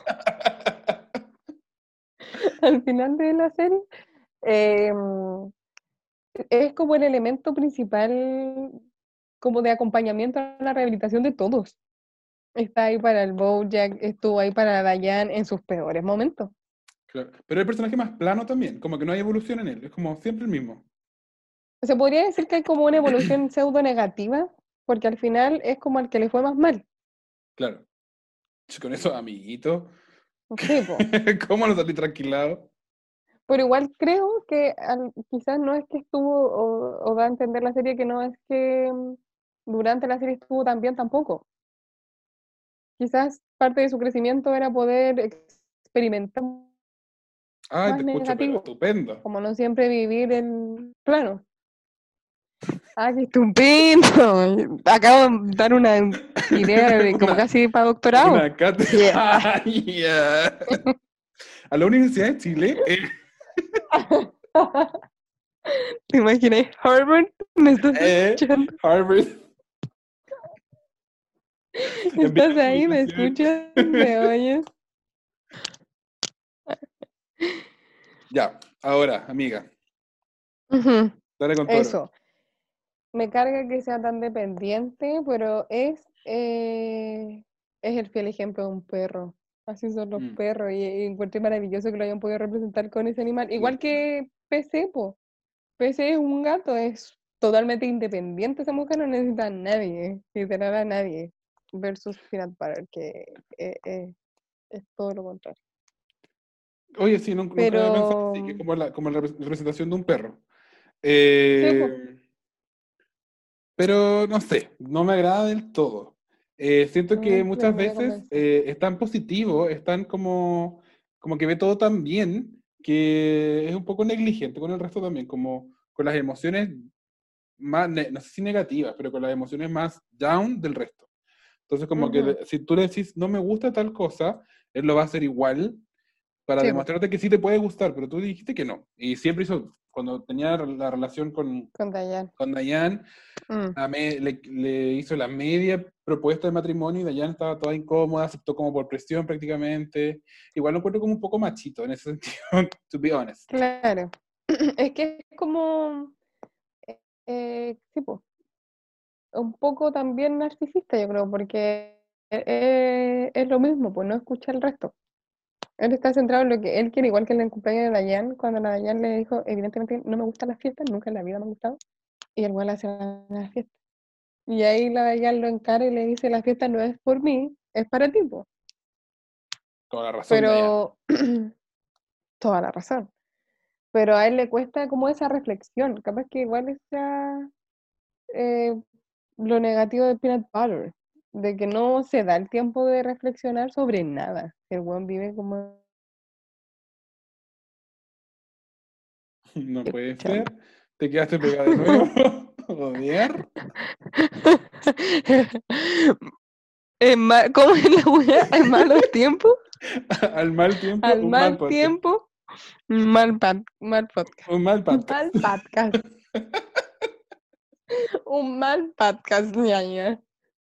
al final de la serie, eh, es como el elemento principal como de acompañamiento a la rehabilitación de todos. Está ahí para el BoJack, estuvo ahí para Diane en sus peores momentos. Claro. Pero el personaje más plano también, como que no hay evolución en él, es como siempre el mismo. Se podría decir que hay como una evolución pseudo negativa, porque al final es como al que le fue más mal. Claro. Con esos amiguitos, Sí, po. ¿cómo no salí tranquilado? Pero igual creo que quizás no es que estuvo, o da a entender la serie que no es que durante la serie estuvo tan bien tampoco. Quizás parte de su crecimiento era poder experimentar Ay, más te escucho, pero negativo, estupendo. como no siempre vivir el plano. ¡Ah, qué estupendo! Acabo de dar una idea de como Una, casi para doctorado. una cátedra. Yeah. A la Universidad de Chile. ¿Te imaginas? Harvard, ¿me estás escuchando? Harvard. Envía ¿Estás ahí? ¿Me comunicaciones. escuchas? ¿Me oyes? Ya, ahora, amiga, Ujú, dale con todo. eso. Me carga que sea tan dependiente, pero es el fiel ejemplo de un perro. Así son los Mm, perros y encontré maravilloso que lo hayan podido representar con ese animal. Igual sí. que PC, po. PC es un gato, es totalmente independiente esa mujer, no necesita a nadie, literal a nadie. Versus Peanut Butter, que es todo lo contrario. Oye, sí, nunca había pensado así, que es Pero, como la representación de un perro. sí, po. Pero no sé, no me agrada del todo. Siento No que me muchas termina de veces convencer. es tan positivo, es tan como que ve todo tan bien, que es un poco negligente con el resto también, como con las emociones más, no sé si negativas, pero con las emociones más down del resto. Entonces, como que Ujú, si tú le decís, no me gusta tal cosa, él lo va a hacer igual para sí, po, demostrarte que sí te puede gustar, pero tú dijiste que no. Y siempre hizo, cuando tenía la relación con Dayan. con Dayan, Mm, le hizo la media propuesta de matrimonio y Dayan estaba toda incómoda, aceptó como por presión prácticamente. Igual lo encuentro como un poco machito en ese sentido, to be honest. claro. Es que es como, sí, po, un poco también narcisista, yo creo, porque es lo mismo, pues no escucha el resto. Él está centrado en lo que él quiere, igual que en el cumpleaños de Dayan, cuando la Dayan le dijo, evidentemente no me gustan las fiestas, nunca en la vida me han gustado, y el güey hace las fiestas. Y ahí la Dayan lo encara y le dice, la fiesta no es por mí, es para ti, po. Con la razón, Dayan. Pero, toda la razón. Pero a él le cuesta como esa reflexión, capaz que igual sea eh, lo negativo de Peanut Butter, de que no se da el tiempo de reflexionar sobre nada. El buen vive como No puede escuchando. ser. Te quedaste pegada de nuevo. Odiar. ¿Cómo es la weá? En malos tiempos, Al mal tiempo, al un mal mal podcast. tiempo, mal podcast. Un mal podcast. Mal podcast. Un mal podcast, ñaña.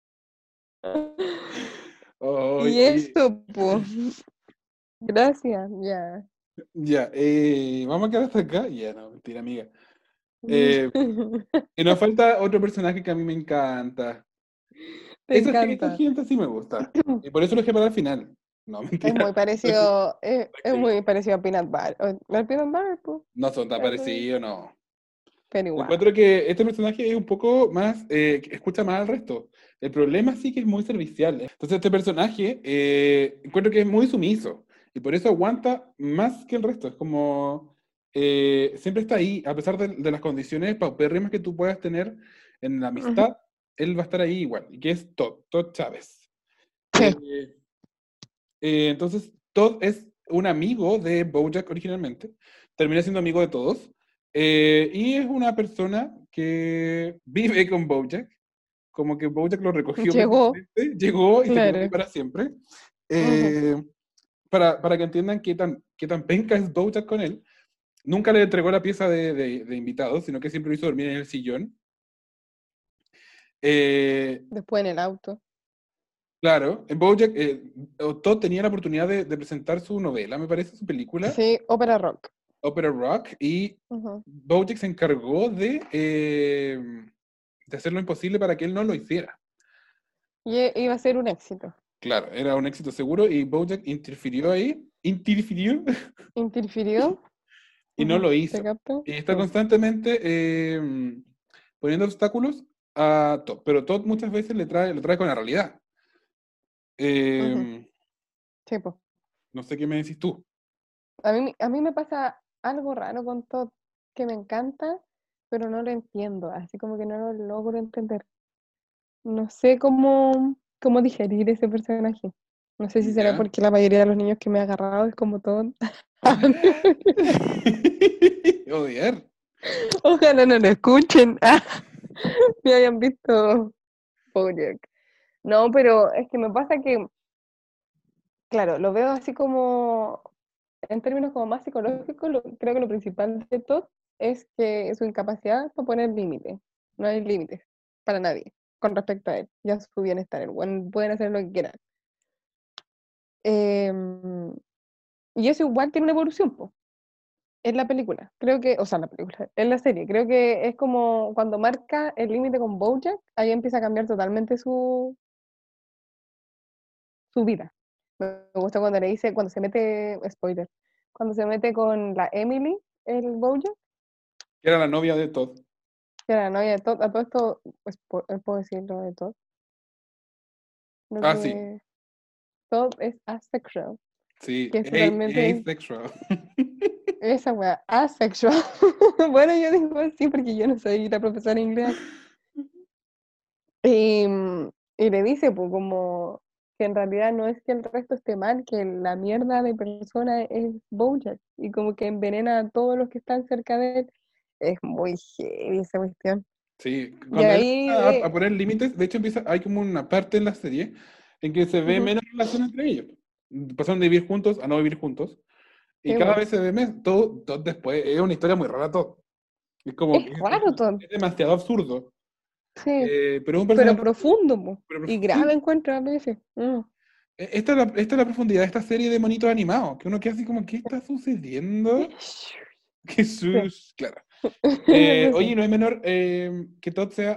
Y Oye, eso, pues. Gracias, ya. ya, vamos a quedar hasta acá. Ya, no, mentira, amiga. Eh, y nos falta otro personaje que a mí me encanta. Te Esa encanta. gente sí me gusta. Y por eso lo dejé para el final. No, Es muy mentira. parecido, es Sí. muy parecido a Peanut Butter. Al Peanut Butter, pues. No son tan Eso, parecidos, no. pero igual. Encuentro que este personaje es un poco más, que escucha más al resto. El problema sí que es muy servicial. Entonces este personaje encuentro que es muy sumiso y por eso aguanta más que el resto. Es como, siempre está ahí, a pesar de las condiciones paupérrimas que tú puedas tener en la Ujú. amistad, él va a estar ahí igual, y que es Todd Chávez. Sí. Eh, entonces, Todd es un amigo de BoJack originalmente, termina siendo amigo de todos, y es una persona que vive con BoJack, como que BoJack lo recogió Llegó, prácticamente, llegó y se quedó ahí claro. para siempre. Ujú. Eh, para que entiendan qué tan penca es BoJack con él, nunca le entregó la pieza de invitado, sino que siempre lo hizo dormir en el sillón. Eh, Después en el auto. claro, en BoJack, Todd tenía la oportunidad de presentar su novela, me parece, su película, Sí, ópera rock. Opera Rock, y Ujú. BoJack se encargó de hacer lo imposible para que él no lo hiciera. Y iba a ser un éxito. Claro, era un éxito seguro y BoJack interfirió Interfirió. y no lo ¿Te hizo. capto? Y está Sí. constantemente poniendo obstáculos a Todd, pero Todd muchas veces lo trae con la realidad. Eh, Sí, po. no sé qué me decís tú. A mí me pasa algo raro con Todd que me encanta, pero no lo entiendo, así como que no lo logro entender. No sé cómo digerir ese personaje. No sé si será ¿Ya? porque la mayoría de los niños que me ha agarrado es como Todd. Odiar. Ojalá no lo escuchen. Me hayan visto BoJack. No, pero es que me pasa que, claro, lo veo así como, en términos como más psicológicos, creo que lo principal de Todd es que su incapacidad para poner límites. No hay límites para nadie con respecto a él y a su bienestar. Pueden hacer lo que quieran. Em, y eso igual tiene una evolución, po. En la película, creo que, o sea, en la película, en la serie, creo que es como cuando marca el límite con BoJack, ahí empieza a cambiar totalmente su vida. Me gusta cuando le dice, cuando se mete, spoiler, cuando se mete con la Emily, el BoJack, Era la novia de Todd. que era la novia de Todd, a todo esto, pues, puedo decirlo de Todd, lo Ah, sí. que Todd es asexual, Sí. que es totalmente Asexual. esa wea, asexual. Bueno, yo digo así porque yo no soy la profesora de inglés acá. Y, y le dice, pues, como que en realidad no es que el resto esté mal, que la mierda de persona es BoJack, y como que envenena a todos los que están cerca de él. Es muy heavy esa cuestión. Sí, Y cuando él ahí, empieza a poner límites, de hecho hay como una parte en la serie en que se ve ujú, menos relación entre ellos. Pasaron de vivir juntos a no vivir juntos. Y sí, cada bueno. vez se ve todo después. Es una historia muy rara todo. Es como Es que raro todo, es demasiado absurdo. sí, Pero es un pero personaje. profundo, po, Pero, y grave sí, encuentro a veces. esta es la profundidad de esta serie de monitos animados. Que uno queda así como, ¿qué está sucediendo? Sí, Jesús, claro. algo Oye, así. no es menor que Todd sea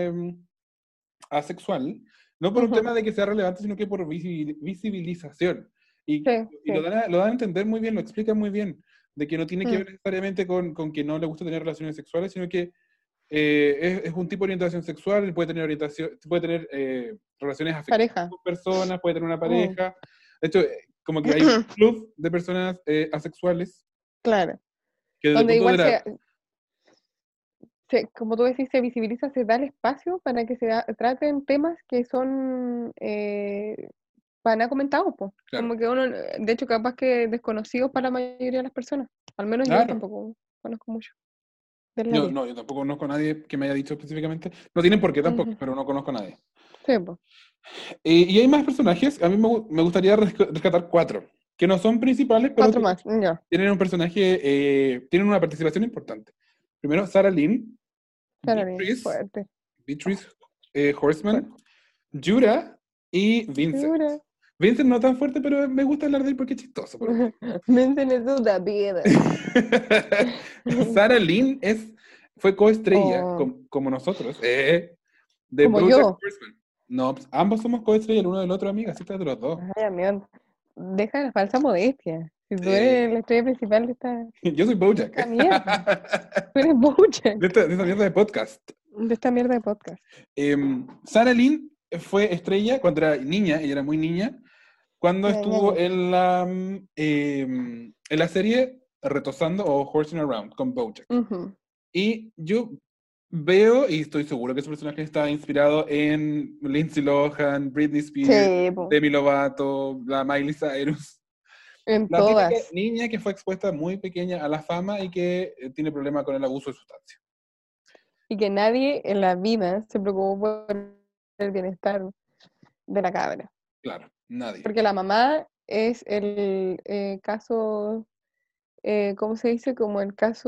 asexual, no por un Ujú, tema de que sea relevante, sino que por visibilización. Y, sí, y sí. lo dan a entender muy bien, lo explican muy bien, de que no tiene que Mm. ver necesariamente con que no le gusta tener relaciones sexuales, sino que es un tipo de orientación sexual, puede tener puede tener relaciones afectivas Pareja. con personas, puede tener una Mm. pareja. De hecho, como que hay un club de personas asexuales Claro. que desde el Donde punto de igual la... como tú decís, se visibiliza, se da el espacio para que traten temas que son van comentados, pues. Claro, Como que uno, de hecho, capaz que desconocidos para la mayoría de las personas. Al menos yo claro. tampoco conozco mucho del área. No, yo tampoco conozco a nadie que me haya dicho específicamente. No tienen por qué tampoco, Ujú. pero no conozco a nadie. Sí, pues. Y hay más personajes. A mí me gustaría rescatar cuatro, que no son principales, pero Cuatro más, ya. tienen un personaje, tienen una participación importante. Primero, Sarah Lynn, Para bien, Beatrice, fuerte, Beatrice fuerte. Horseman, Jura y Vincent. Segura. Vincent no tan fuerte, pero me gusta hablar de él porque es chistoso, por último. Mencioné duda, vida. Sarah Lynn fue coestrella, O como nosotros, de como BoJack yo. Horseman. No, pues, ambos somos coestrella el uno del otro, amiga, así está de los dos. Ay, amigo, deja la falsa modestia. Si tú eres Sí. la estrella principal Yo soy de BoJack. esta mierda, tú eres BoJack. De esta mierda de podcast. De esta mierda de podcast. Sarah Lynn fue estrella cuando era niña, ella era muy niña, cuando Ya, estuvo ñaña. en la serie Retosando o Horsing Around con BoJack. Ujú. Y yo veo, y estoy seguro que ese personaje está inspirado en Lindsay Lohan, Britney Spears, Sí, po, Demi Lovato, la Miley Cyrus. en La típica todas. niña que fue expuesta muy pequeña a la fama y que tiene problemas con el abuso de sustancias. Y que nadie en la vida se preocupó por el bienestar de la cabra. Claro, nadie. Porque la mamá es el caso, ¿cómo se dice? Como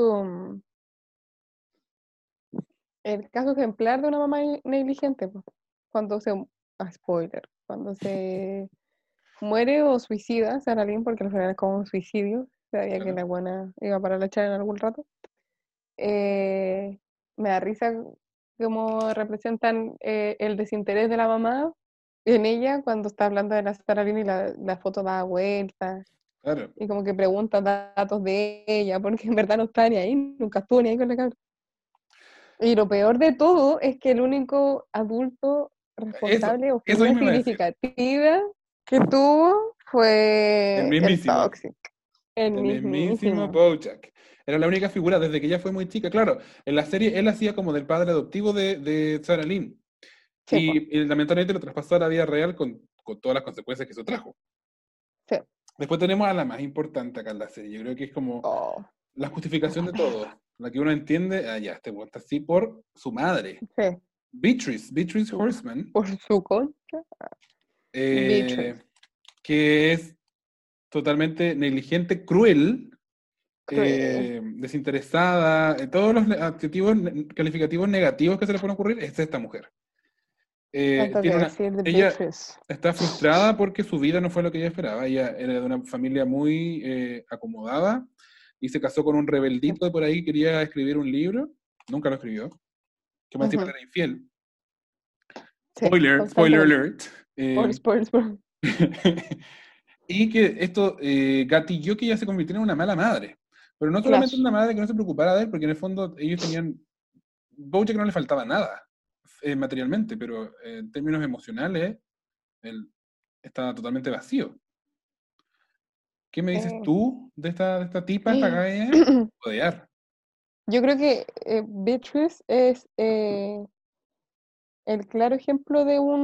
el caso ejemplar de una mamá negligente, po. Cuando se, spoiler, cuando se muere o suicida Sarah Lynn, porque al final es como un suicidio, sabía que Claro. la buena iba para la echar en algún rato. Me da risa cómo representan el desinterés de la mamá en ella cuando está hablando de la Sarah Lynn y la foto da vuelta Claro. y como que pregunta datos de ella porque en verdad no está ni ahí, nunca estuvo ni ahí con la cabra. Y lo peor de todo es que el único adulto responsable o Eso figura mismo iba a decir. significativa que tuvo El fue el mismísimo. Toxic, el El mismísimo mismísimo. Bojack. Era la única figura desde que ella fue muy chica. Claro, en la serie él hacía como del padre adoptivo de Sarah Lynn. Sí, po, Y lamentablemente lo traspasó a la vida real con todas las consecuencias que eso trajo. sí. Después tenemos a la más importante acá en la serie. Yo creo que es como Oh, la la justificación de perra. todo. La que uno entiende, ya, este weón está así por su madre. Sí, Beatrice Horseman, por su concha. eh, Beatrice, que es totalmente negligente, cruel, cruel. desinteresada, todos los adjetivos calificativos negativos que se le pueden ocurrir, es esta mujer. Tanto que decir de Ella Beatrice. está frustrada porque su vida no fue lo que ella esperaba. Ella era de una familia muy acomodada y se casó con un rebeldito de por ahí que quería escribir un libro. Nunca lo escribió. Que más encima Ujú, era infiel. sí, Spoiler constantemente. alert. Spoiler. Y que esto gatilló que ella se convirtiera en una mala madre. Pero no solamente Clash. una madre que no se preocupara de él, porque en el fondo ellos tenían. Bojack no le faltaba nada materialmente, pero en términos emocionales, él estaba totalmente vacío. ¿Qué me dices Sí. tú de esta tipa, esta galla? Odiar. Yo creo que Beatrice es el claro ejemplo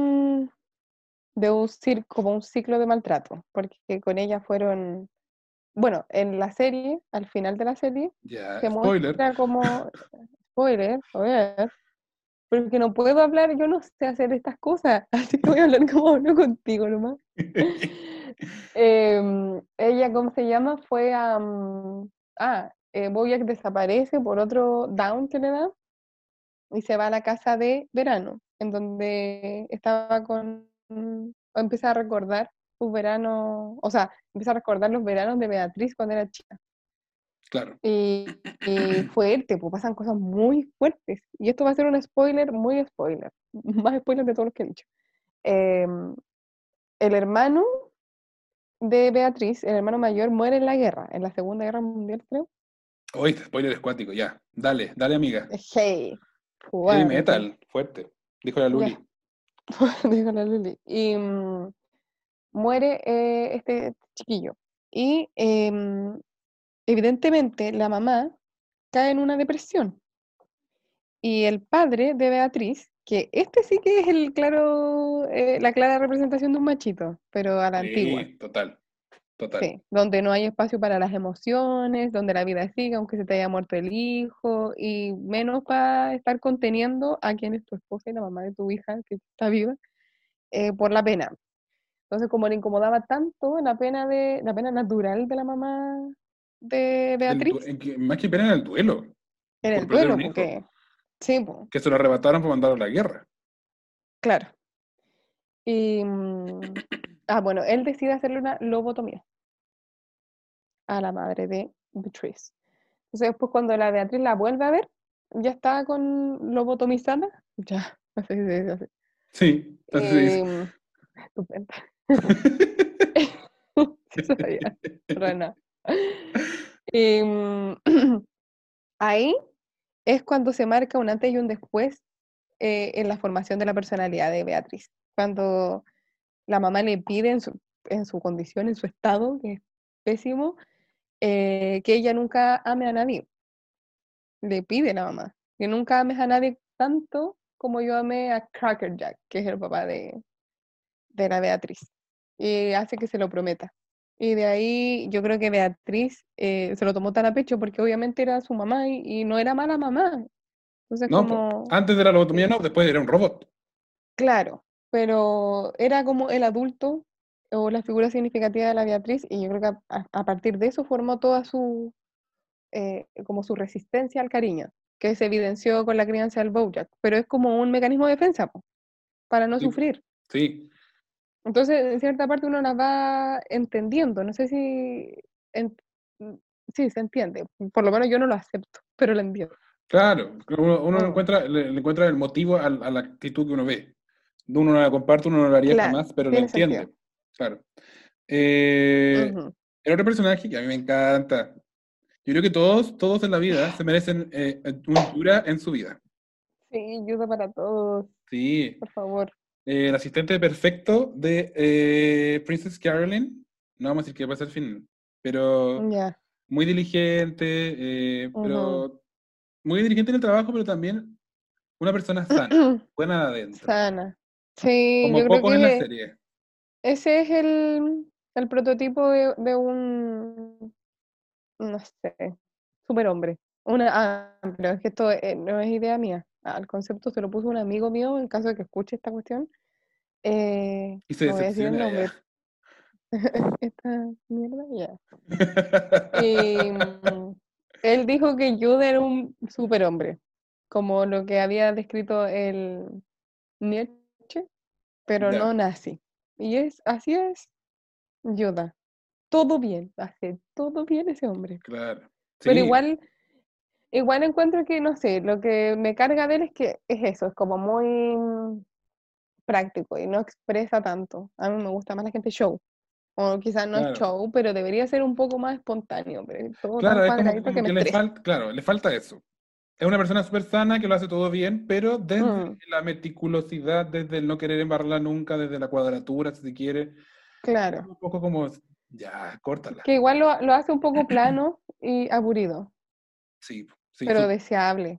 como un ciclo de maltrato, porque con ella fueron, bueno, en la serie, al final de la serie, Ya, se spoiler. muestra como, spoiler, a ver, porque no puedo hablar, yo no sé hacer estas cosas, así que voy a hablar como hablo contigo nomás. Ella, ¿cómo se llama? Fue a... Bojack desaparece por otro down que le da y se va a la casa de verano, en donde estaba o empieza a recordar sus veranos, o sea, empieza a recordar los veranos de Beatriz cuando era chica. Claro. Y fuerte, pues pasan cosas muy fuertes. Y esto va a ser un spoiler, muy spoiler, más spoiler de todos los que he dicho. Em, el hermano de Beatriz, el hermano mayor, muere en la guerra, en la Segunda Guerra Mundial, creo. Oye, este spoiler es cuático, ya. Dale, dale, amiga. Hey, Heavy fuerte. metal, fuerte. Dijo la Luli. Ya, dijo la Luli. Y muere este chiquillo. Y evidentemente la mamá cae en una depresión. Y el padre de Beatriz, que este sí que es la clara representación de un machito, pero a la antigua. Sí, total, total. Sí, donde no hay espacio para las emociones, donde la vida sigue aunque se te haya muerto el hijo, y menos para estar conteniendo a quien es tu esposa y la mamá de tu hija que está viva, por la pena. Entonces, como le incomodaba tanto la pena natural de la mamá de Beatriz, Más que pena en el duelo, en por el perder duelo, un hijo, porque sí, pues, que se lo arrebataron para mandarlo a la guerra. claro. Y, bueno, él decide hacerle una lobotomía a la madre de Beatriz. Entonces, después cuando la Beatriz la vuelve a ver, ya está con lobotomizada, ya, no sé si se dice así. Sí, así se dice. Estupenda. Sí sabía, para nada. Y, ahí es cuando se marca un antes y un después en la formación de la personalidad de Beatriz. Cuando la mamá le pide en su condición, en su estado, que es pésimo, que ella nunca ame a nadie. Le pide la mamá que nunca ames a nadie tanto como yo amé a Cracker Jack, que es el papá de la Beatriz. Y hace que se lo prometa. Y de ahí yo creo que Beatriz se lo tomó tan a pecho porque obviamente era su mamá y no era mala mamá. Entonces No, po. como, Antes de la lobotomía no, después era un robot. claro, pero era como el adulto o la figura significativa de la Beatriz y yo creo que a partir de eso formó toda como su resistencia al cariño, que se evidenció con la crianza del Bojack, pero es como un mecanismo de defensa, po, para no Sí, po. sufrir. Sí, Entonces, en cierta parte uno las va entendiendo, no sé si, en- sí, se entiende, por lo menos yo no lo acepto, pero lo entiendo. Claro, uno le encuentra el motivo a la actitud que uno ve. Uno no la comparte, uno no la haría Claro, jamás, pero lo tiene sentido. entiende. Claro. Eh, Ujú. el otro personaje que a mí me encanta. Yo creo que todos en la vida se merecen un Yura en su vida. Sí, ayuda para todos, Sí. por favor. El asistente perfecto de Princess Caroline. No vamos a decir que va a ser fin, pero Ya. muy diligente, Ujú. pero muy diligente en el trabajo, pero también una persona sana, buena de adentro, Sana. Sí, como yo creo pocos en la que serie. ese es el prototipo de un, no sé, superhombre. Pero es que esto no es idea mía. El concepto se lo puso un amigo mío en caso de que escuche esta cuestión. Y se No voy a decir el decepciona nombre. ya. Esta mierda, ya. Y él dijo que Jude era un superhombre, como lo que había descrito el Nietzsche, pero Ya, no nazi. Así es Yoda. Todo bien, hace todo bien ese hombre. claro. Pero Sí, igual encuentro que, no sé, lo que me carga de él es que es eso, es como muy práctico y no expresa tanto. A mí me gusta más la gente show. O quizás no es claro. show, pero debería ser un poco más espontáneo, pero es todo tan Claro, es cuadradito como que me que le estresa. falta, claro, le falta eso. Es una persona súper sana que lo hace todo bien, pero desde Mm, la meticulosidad, desde el no querer embarrarla nunca, desde la cuadratura, si se quiere, es claro. un poco como, ya, córtala. Que igual lo hace un poco plano y aburrido, Sí, sí, pero deseable.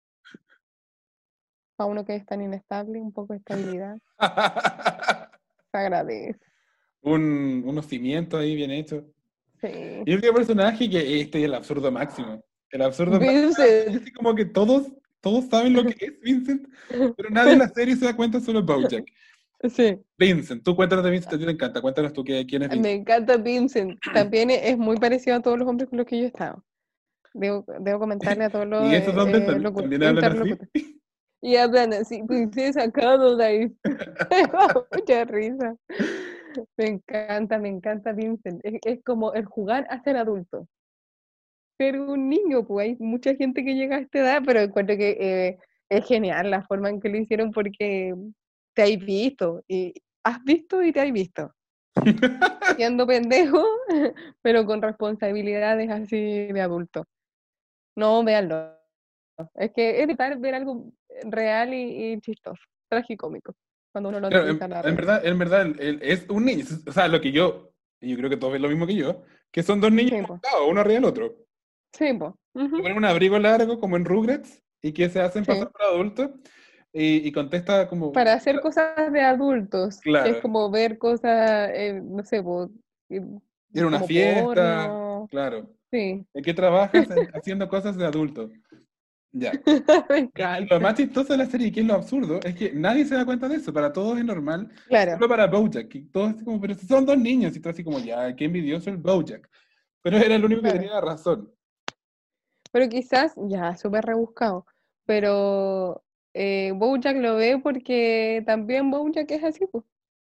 Para uno que es tan inestable, un poco de estabilidad, se agradece. unos cimientos ahí bien hechos. Sí. Y el último personaje que este es el absurdo máximo. El absurdo máximo de la serie, Vincent. así como que todos saben lo que es Vincent, pero nadie en la serie se da cuenta, solo Bojack. Sí, Vincent, tú cuéntanos de Vincent, a ti te encanta, cuéntanos tú quién es me Vincent. encanta Vincent. También es muy parecido a todos los hombres con los que yo he estado. Debo comentarle a todos los ¿Y esos hombres también hablan así? interlocutores. Y hablan así, princesa Caroline. Me da mucha risa. Me encanta Vincent. Es como el jugar a ser adulto. Ser un niño, pues hay mucha gente que llega a esta edad, pero encuentro que es genial la forma en que lo hicieron porque te has visto, y has visto y te has visto. Siendo pendejo, pero con responsabilidades así de adulto. No, véanlo. Es que es vital ver algo real y chistoso, tragicómico, cuando uno lo Claro, aterriza a la en realidad. verdad, él es un niño. O sea, lo que y yo creo que todos ven lo mismo que yo, que son dos niños Sí, pues. montados, uno arriba del otro. Sí, pues. Que Ujú, ponen un abrigo largo, como en Rugrats, y que se hacen pasar sí. por adultos, y contesta como, Para hacer cosas de adultos, que es claro, como ver cosas, no sé, pues, ir a una como fiesta, porno. claro. Sí. ¿En qué trabajas? Haciendo cosas de adulto. Ya. Me Y lo encanta. más chistoso de la serie, que es lo absurdo, es que nadie se da cuenta de eso. Para todos es normal, Claro, solo para Bojack. Y todos así como, pero si son dos niños, y todo así como, ya, qué envidioso el Bojack. Pero era el único que claro. tenía la razón. Pero quizás, ya, súper rebuscado, pero BoJack lo ve porque también BoJack es así, pues.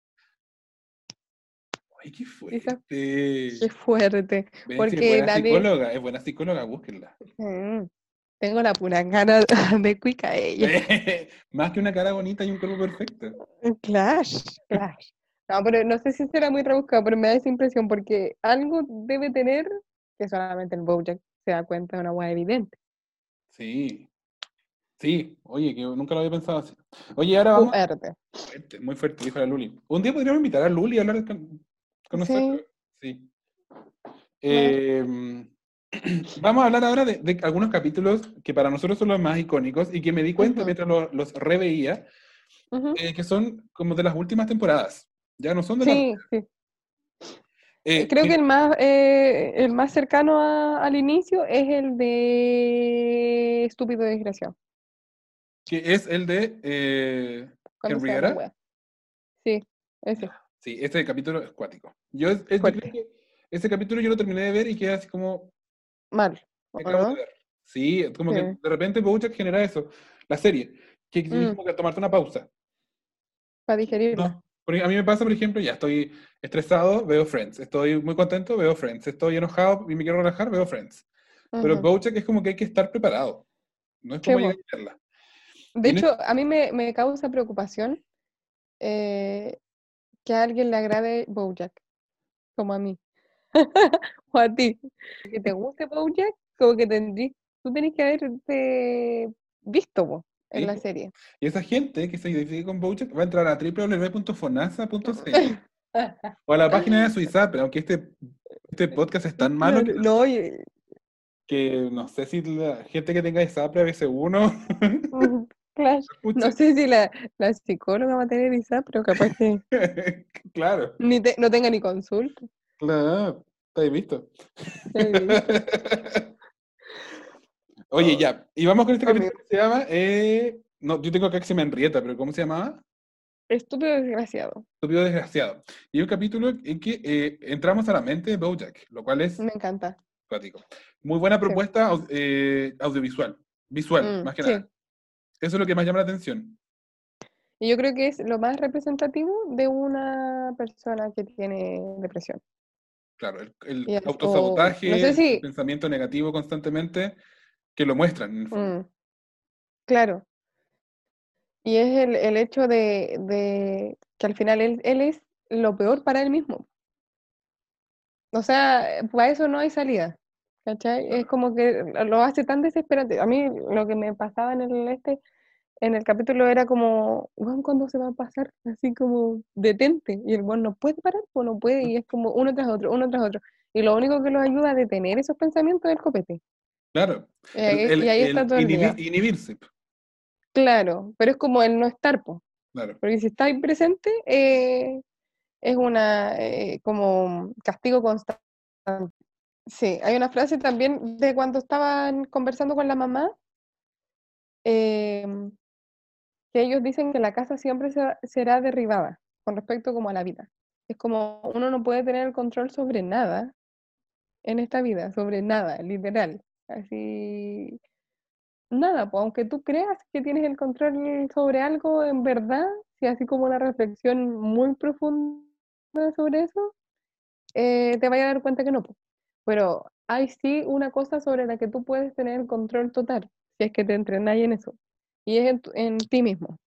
Ay, qué Quizás, fuerte. qué fuerte, ¿Ven? Si porque nadie... es buena psicóloga, búsquenla. Mm, tengo la pura gana de cuica a ella. Más que una cara bonita y un cuerpo perfecto. Clash, Clash. No, pero no sé si será muy rebuscado, pero me da esa impresión porque algo debe tener que solamente el BoJack se da cuenta de una hueá evidente. Sí, sí. Oye, que nunca lo había pensado así. Oye, ahora vamos. Fuerte. Fuerte, muy fuerte, dijo la Luli. Un día podríamos invitar a Luli a hablar con nosotros. Sí, Sí. me- Eh, vamos a hablar ahora de algunos capítulos que para nosotros son los más icónicos y que me di cuenta ujú, mientras los reveía, ujú. que son como de las últimas temporadas. Ya no son de la Sí, primera. sí. Creo que el más cercano al inicio es el de Estúpido y Desgraciado, Que es el de cuando se da la Henrietta. wea. Sí, ese, Ya. Sí, este capítulo es cuático. Yo creo fuerte. que ese capítulo yo lo terminé de ver y quedé así como, Mal, ¿qué ¿o acabo de no? ver? Sí, como que Sí. de repente BoJack genera eso, la serie, que tienes Mm, como que tomarte una pausa. para digerirla. No, porque a mí me pasa, por ejemplo, ya estoy estresado, veo Friends. Estoy muy contento, veo Friends. Estoy enojado y me quiero relajar, veo Friends. Pero Ujú. BoJack es como que hay que estar preparado. No es Sí, como po. llegar a verla. De Y en hecho, a mí me causa preocupación que a alguien le agrade BoJack, como a mí, o a ti. Que te guste BoJack, como que tú tenés que haberte visto po, en sí, la po. serie. Y esa gente que se identifique con BoJack va a entrar a www.fonasa.cl o a la página de Suizap, aunque este podcast es tan malo Claro, no, que no sé si la gente que tenga ISAPRE a veces uno claro, no escuche. sé si la psicóloga va a tener ISA, pero capaz que Claro, no tenga ni consulta. claro, ¿estáis visto? ¿Has visto? Oye, ya, y vamos con este capítulo Amigo, que se llama, no, yo tengo acá que se me enrieta, pero ¿cómo se llamaba? estúpido desgraciado. Estúpido desgraciado. Y un capítulo en que entramos a la mente de BoJack, lo cual es Me encanta. cuático. Muy buena Sí. propuesta audiovisual, visual, más que Sí. nada. Eso es lo que más llama la atención. Y yo creo que es lo más representativo de una persona que tiene depresión. Claro, el O no autosabotaje, sé el si, pensamiento negativo constantemente, que lo muestran en el fondo. claro. Y es el hecho de que al final él es lo peor para él mismo. O sea, para eso no hay salida. ¿Cachai? Es Claro. como que lo hace tan desesperante. A mí lo que me pasaba en el capítulo era como, weón, ¿cuándo se va a pasar? Así como, detente. Y el weón no puede parar, pues no puede, y es como uno tras otro, uno tras otro. Y lo único que lo ayuda a detener esos pensamientos es el copete. Claro, Y ahí está todo el día. inhibirse, Claro, pero es como el no estar, pues. claro. Porque si está ahí presente, es una como castigo constante. Sí, hay una frase también de cuando estaban conversando con la mamá, em, que ellos dicen que la casa siempre será derribada con respecto como a la vida. Es como uno no puede tener el control sobre nada en esta vida, sobre nada, literal. Así, nada, pues aunque tú creas que tienes el control sobre algo, en verdad, si así como una reflexión muy profunda sobre eso, te vayas a dar cuenta que no, pues. Pero hay sí una cosa sobre la que tú puedes tener el control total, si es que te entrenáis en eso. Y es en ti mismo,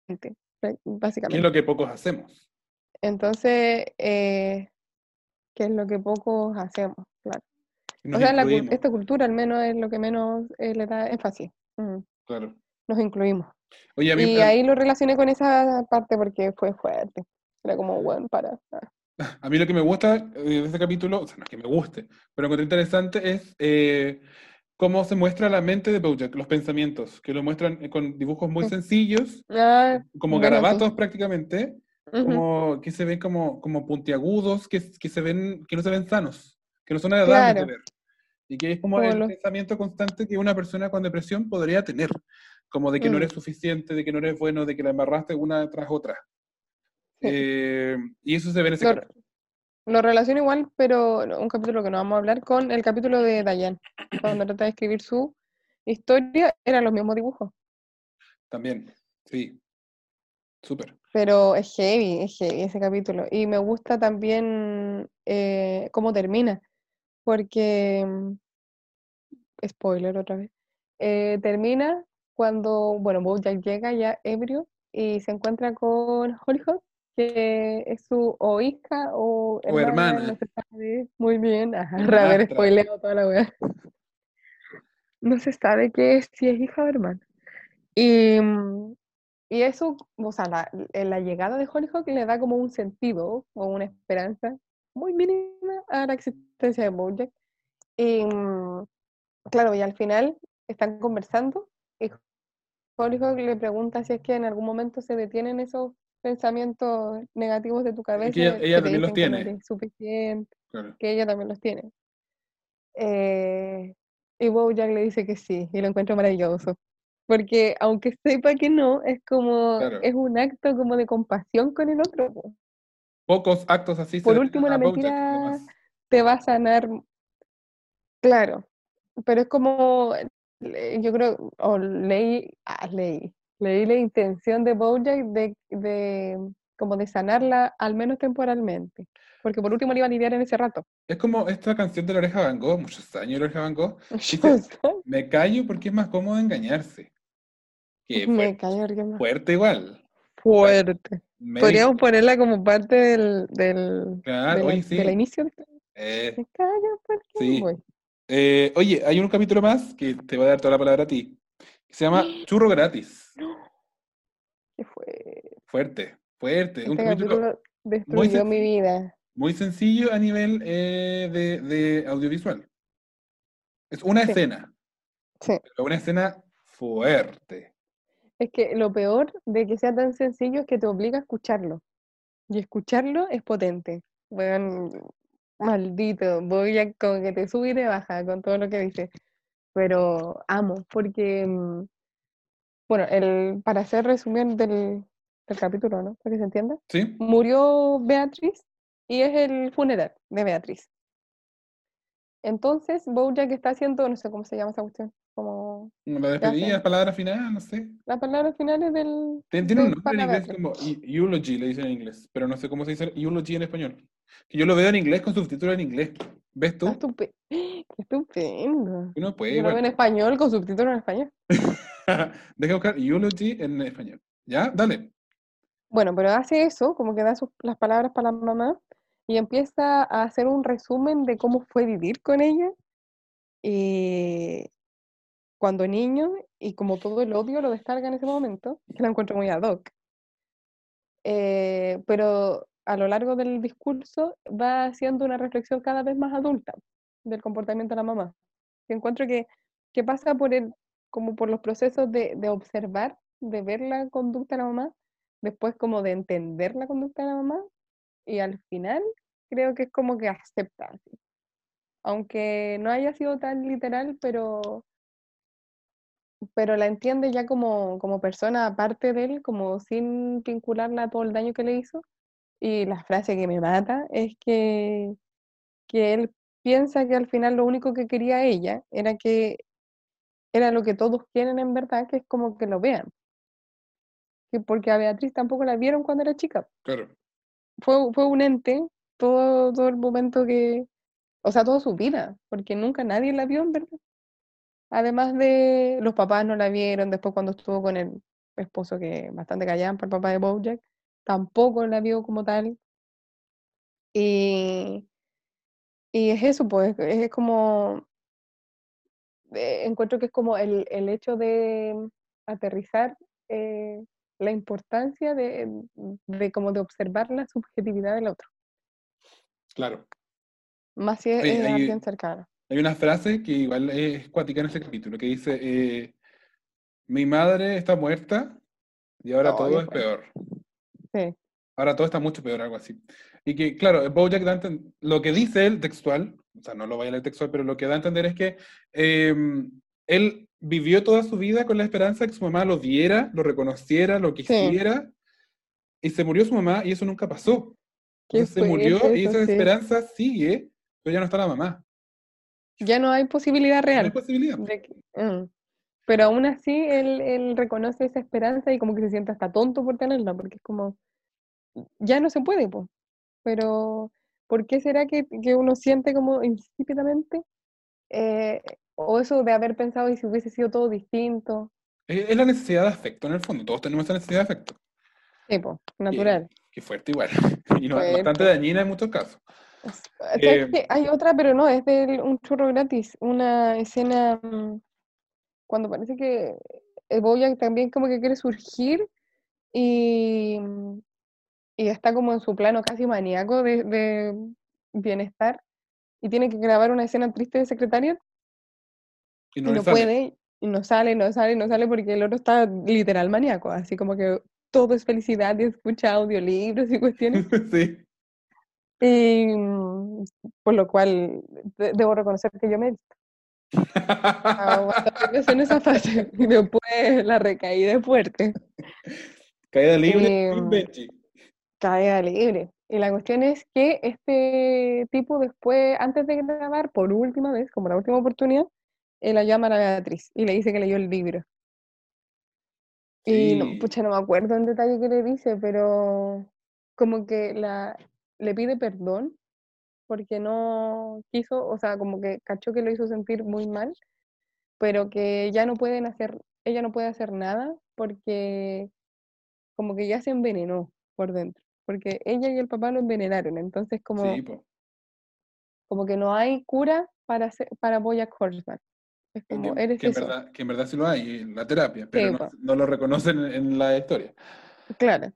¿Qué es básicamente. lo que pocos hacemos? Entonces, ¿qué es lo que pocos hacemos? Claro. Y O nos sea, incluimos, esta cultura al menos es lo que menos le da énfasis. claro. Nos incluimos. Oye, Y ahí lo relacioné con esa parte porque fue fuerte. Era como, bueno, para. a mí lo que me gusta de este capítulo, o sea, no es que me guste, pero lo que encontré interesante es cómo se muestra la mente de BoJack, los pensamientos, que lo muestran con dibujos muy sencillos, Ah, como bueno, sí. garabatos prácticamente, Ujú. como que se ven como puntiagudos, que se ven, que no se ven sanos, que no son agradables de Claro, ver. Y que es como como el los. pensamiento constante que una persona con depresión podría tener, como de que no mm, eres suficiente, de que no eres bueno, de que la embarraste una tras otra. sí. Y eso se ve en ese Lo, capítulo. lo relaciono igual, pero un capítulo que no vamos a hablar, con el capítulo de Dayan. Cuando trata de escribir su historia, eran los mismos dibujos. También, sí, súper. Pero es heavy ese capítulo. Y me gusta también cómo termina, porque, spoiler otra vez, termina cuando, bueno, BoJack llega ya ebrio y se encuentra con Hollyhock, que es su o hija o O hermana, no hermana, se sabe muy bien, ajá, a ver, hermanastra. spoileo toda la wea. No se sabe qué es, si es hija o hermana. Y, y eso, o sea, la llegada de Hollyhock le da como un sentido o una esperanza muy mínima a la existencia de BoJack. Y claro, y al final están conversando y Hollyhock le pregunta si es que en algún momento se detienen esos pensamientos negativos de tu Es que cabeza ella que te también los dicen que no tiene. eres suficiente, Claro. que ella también los tiene. Eh, y BoJack le dice que sí, y lo encuentro maravilloso. Porque aunque sepa que no, es como, Claro. es un acto como de compasión con el otro, po. Pocos actos así se Por le ven último, a la BoJack, mentira además. te va a sanar, claro, pero es como, yo creo, leí la intención de BoJack de como de sanarla, al menos temporalmente. Porque por último le iba a aliviar en ese rato. Es como esta canción de la Oreja Van Gogh, muchos años de la Oreja Van Gogh, Yo dice, me callo porque es más cómodo engañarse. Que me cayó el más fuerte igual. fuerte. Maybe, Podríamos ponerla como parte del, claro, oye, de la sí. inicio. eh, Me callo porque sí. voy. Oye, hay un capítulo más que te voy a dar toda la palabra a ti. Que se llama Churro Gratis. ¿Qué fue? Fuerte, fuerte. Un Este capítulo capítulo muy destruyó mi sencillo, vida. muy sencillo a nivel de audiovisual. Es una Sí, escena, sí. pero una escena fuerte. Es que lo peor de que sea tan sencillo es que te obliga a escucharlo. Y escucharlo es potente. Weón, maldito. Voy a como que te sube y te baja con todo lo que dice. Pero amo, porque, bueno, para hacer resumen del capítulo, ¿no? Para que se entienda. ¿Sí? Murió Beatriz y es el funeral de Beatriz. Entonces, Bojack está haciendo, no sé cómo se llama esa cuestión, como, La ¿qué despedida, hacen? palabra final, no sé. Las palabras finales Tiene un nombre en para inglés Beatriz. como eulogy, le dicen en inglés, pero no sé cómo se dice eulogy en español. Que yo lo veo en inglés con subtítulos en inglés. ¿Ves Está tú? qué estupendo. Uno puede Yo lo veo igual. en español con subtítulos en español. Deja buscar eulogy en español. ¿Ya? Dale. Bueno, pero hace eso, como que da las palabras para la mamá y empieza a hacer un resumen de cómo fue vivir con ella cuando niño y como todo el odio lo descarga en ese momento, que lo encuentro muy ad hoc. Pero a lo largo del discurso va haciendo una reflexión cada vez más adulta del comportamiento de la mamá. Que encuentro que pasa como por los procesos de observar, de ver la conducta de la mamá, después como de entender la conducta de la mamá, y al final creo que es como que acepta, así. Aunque no haya sido tan literal, pero la entiende ya como persona aparte de él, como sin vincularla a todo el daño que le hizo. Y la frase que me mata es que él piensa que al final lo único que quería ella era lo que todos quieren en verdad, que es como que lo vean. Que porque a Beatriz tampoco la vieron cuando era chica. Claro. Fue un ente todo el momento o sea, toda su vida, porque nunca nadie la vio en verdad. Además de los papás no la vieron, después cuando estuvo con el esposo que bastante callado por el papá de Bojack, tampoco la vio como tal. Y, y es eso, pues, es como, encuentro que es como el hecho de aterrizar la importancia de como de observar la subjetividad del otro, Claro. más si es, Oye, es alguien cercano. hay una frase que igual es cuática en ese capítulo, que dice, mi madre está muerta y ahora Oh, qué todo es fuerte. peor. Sí, Ahora todo está mucho peor, algo así. Y que, claro, BoJack lo que dice él textual, o sea, no lo voy a leer textual, pero lo que da a entender es que eh, él vivió toda su vida con la esperanza de que su mamá lo viera, lo reconociera, lo sí, quisiera, y se murió su mamá y eso nunca pasó. qué Entonces se murió fuerte y eso, esa sí. esperanza sigue, pero ya no está la mamá. Ya no hay posibilidad No hay real. posibilidad. Pero aún así él reconoce esa esperanza y como que se siente hasta tonto por tenerla, porque es como, ya no se puede, pues. Pero, ¿por qué será que uno siente como insípidamente? Eh, o eso de haber pensado y si hubiese sido todo distinto. Es la necesidad de afecto, en el fondo. Todos tenemos esa necesidad de afecto. Sí, pues, Que, natural, que fuerte igual. Y bastante fuerte. dañina en muchos casos. ¿Sabes Eh, qué? Hay otra, pero no, es de un churro gratis. Una escena cuando parece que Bojack también como que quiere surgir y, y está como en su plano casi maníaco de bienestar y tiene que grabar una escena triste de secretaria y no y le no sale. puede, y no sale, no sale, no sale porque el otro está literal maníaco, así como que todo es felicidad y escucha audiolibros y cuestiones. Sí. Y por lo cual debo reconocer que yo me he visto aguantando en esa fase y después la recaída es fuerte. Caída libre, Y, Club Benji. caída libre. Y la cuestión es que este tipo después, antes de grabar, por última vez, como la última oportunidad, él la llama a la Beatriz y le dice que leyó el libro. Y no, Sí. pucha, no me acuerdo en detalle qué le dice, pero como que le pide perdón porque no quiso, o sea, como que cachó que lo hizo sentir muy mal, pero que ya no pueden hacer, ella no puede hacer nada porque como que ya se envenenó por dentro, porque ella y el papá lo envenenaron, entonces Sí, como, po. como que no hay cura para BoJack Horseman. Es O como, eres eso. que en verdad sí lo hay en la terapia, pero Sí, no, po, no lo reconocen en la historia. claro.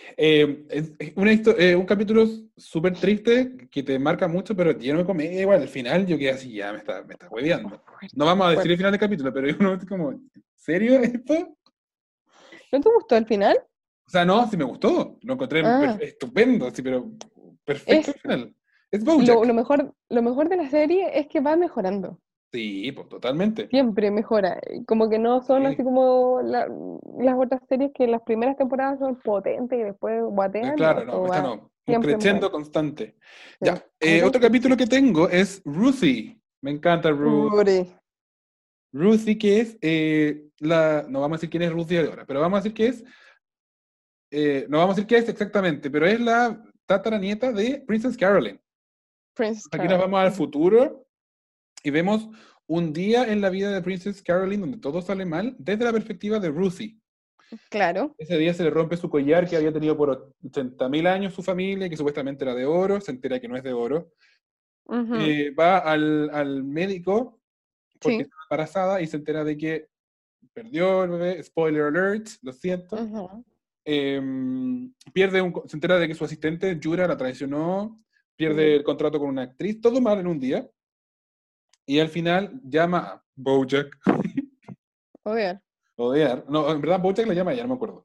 Es un capítulo súper triste que te marca mucho, pero lleno de comedia igual. Al final yo quedé así, ya me está hueveando. No vamos a decir el Fuerte. final del capítulo, pero uno es como, ¿en serio esto? ¿No te gustó el final? O sea, no, sí me gustó. Lo encontré Ah, estupendo, sí, pero perfecto es al final. Es lo BoJack. mejor de la serie es que va mejorando. Sí, pues totalmente. Siempre mejora. Como que no son así Sí. como las otras series que las primeras temporadas son potentes y después guatean. No, Claro, no, esto esta va no. Un siempre crescendo mejorando. constante. Sí. Ya. Otro Otro capítulo que tengo es Ruthie. Me encanta Rudy. Ruthie, que es no vamos a decir quién es Ruthie ahora, pero vamos a decir que es, no vamos a decir qué es exactamente, pero es la tataranieta de Princess Carolyn. Princess Aquí nos Caroline. vamos al futuro y vemos un día en la vida de Princess Carolyn donde todo sale mal desde la perspectiva de Ruthie. Claro. Ese día se le rompe su collar que había tenido por 80.000 años su familia, que supuestamente era de oro, se entera que no es de oro. Ujú. Va al médico porque Sí. está embarazada y se entera de que perdió el bebé, spoiler alert, lo siento. Ujú. Se entera de que su asistente, Yura, la traicionó, pierde Sí. el contrato con una actriz, todo mal en un día. Y al final llama a Bojack, Obvio. no, en verdad Bojack le llama a ella, no me acuerdo.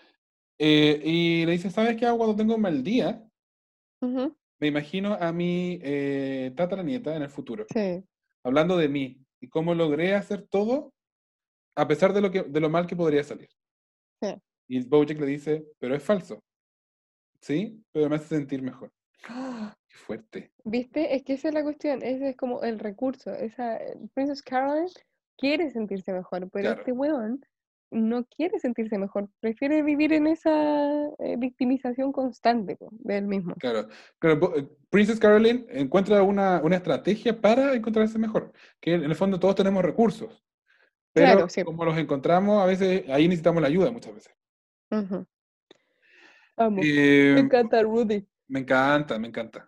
Y le dice, ¿sabes qué hago cuando tengo un mal día? Ujú. Me imagino a mi tataranieta en el futuro, Sí. hablando de mí y cómo logré hacer todo a pesar de lo mal que podría salir. Sí. Y Bojack le dice, pero es falso, ¿sí? Pero me hace sentir mejor. ¡Ah! ¡Qué fuerte! ¿Viste? Es que esa es la cuestión, ese es como el recurso. Princess Caroline quiere sentirse mejor, pero Claro, este weón no quiere sentirse mejor, prefiere vivir en esa victimización constante po, de él mismo. claro. Princess Caroline encuentra una estrategia para encontrarse mejor, que en el fondo todos tenemos recursos, pero Claro, sí. como los encontramos, a veces ahí necesitamos la ayuda muchas veces. Ujú. Amo. Me Eh, encanta Rudy. Me encanta, me encanta.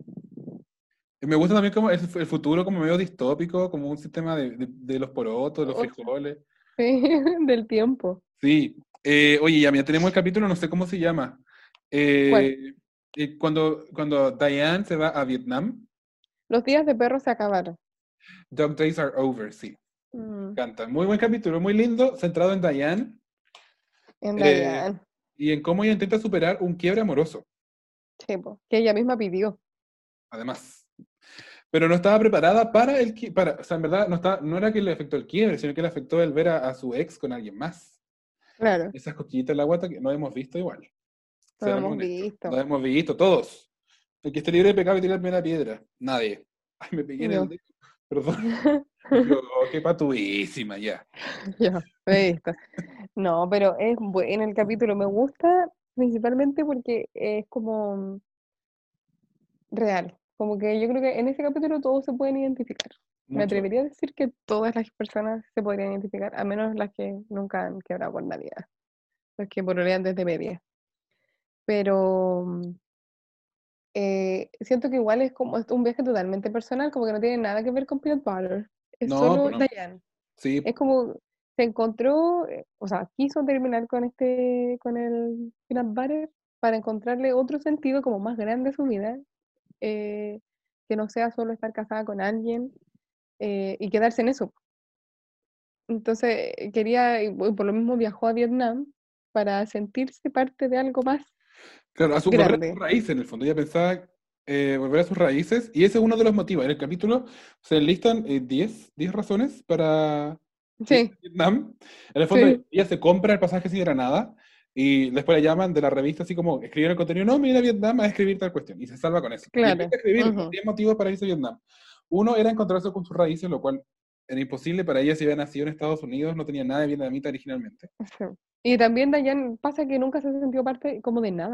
Y me gusta también como el futuro como medio distópico, como un sistema de los porotos, de los Otra. frijoles. Sí, del tiempo. Sí. Oye, ya tenemos el capítulo, no sé cómo se llama. ¿Cuál? Cuando Diane se va a Vietnam, Los días de perro se acabaron. Dog Days Are Over, sí. Mm, Canta. Muy buen capítulo, muy lindo, centrado en Diane en eh, Diane. y en cómo ella intenta superar un quiebre amoroso, Sí, po, que ella misma pidió. además. Pero no estaba preparada para o sea, en verdad no era que le afectó el quiebre, sino que le afectó el ver a su ex con alguien más. Claro, Esas cosquillitas en la guata que no hemos visto igual. lo Seamos hemos honestos. No visto. hemos visto, todos. El que esté libre de pecado y tire la primera piedra. Nadie. Ay, me pegué en el Yo. dedo. Perdón. Yo, qué patuísima ya. Yo, lo he visto. No, pero es bueno el capítulo. Me gusta principalmente porque es como real. Como que yo creo que en ese capítulo todos se pueden identificar. Me Mucho. atrevería a decir que todas las personas se podrían identificar, a menos las que nunca han quebrado con nadie, los que pololean desde media. Pero siento que igual es como es un viaje totalmente personal, como que no tiene nada que ver con Peanut Butter. Es No, solo pues no. Diane. Sí, Es pues. como se encontró, o sea, quiso terminar con el peanut butter para encontrarle otro sentido como más grande a su vida, eh, que no sea solo estar casada con alguien y quedarse en eso. Entonces quería, y por lo mismo viajó a Vietnam para sentirse parte de algo más Claro, volver a sus grande. raíces en el fondo. Ella pensaba volver a sus raíces y ese es uno de los motivos. En el capítulo se enlistan 10 razones para irse Sí, a Vietnam. En el fondo sí, ella se compra el pasaje así de la nada y después le llaman de la revista así como escribir el contenido. No, me voy a ir a Vietnam a escribir tal cuestión y se salva con eso. Y claro. empieza a escribir los Ujú. 10 motivos para irse a Vietnam. Uno era encontrarse con sus raíces, lo cual era imposible para ella si había nacido en Estados Unidos, no tenía nada de vietnamita originalmente. Sí. Y también Dayan pasa que nunca se ha sentido parte como de nada.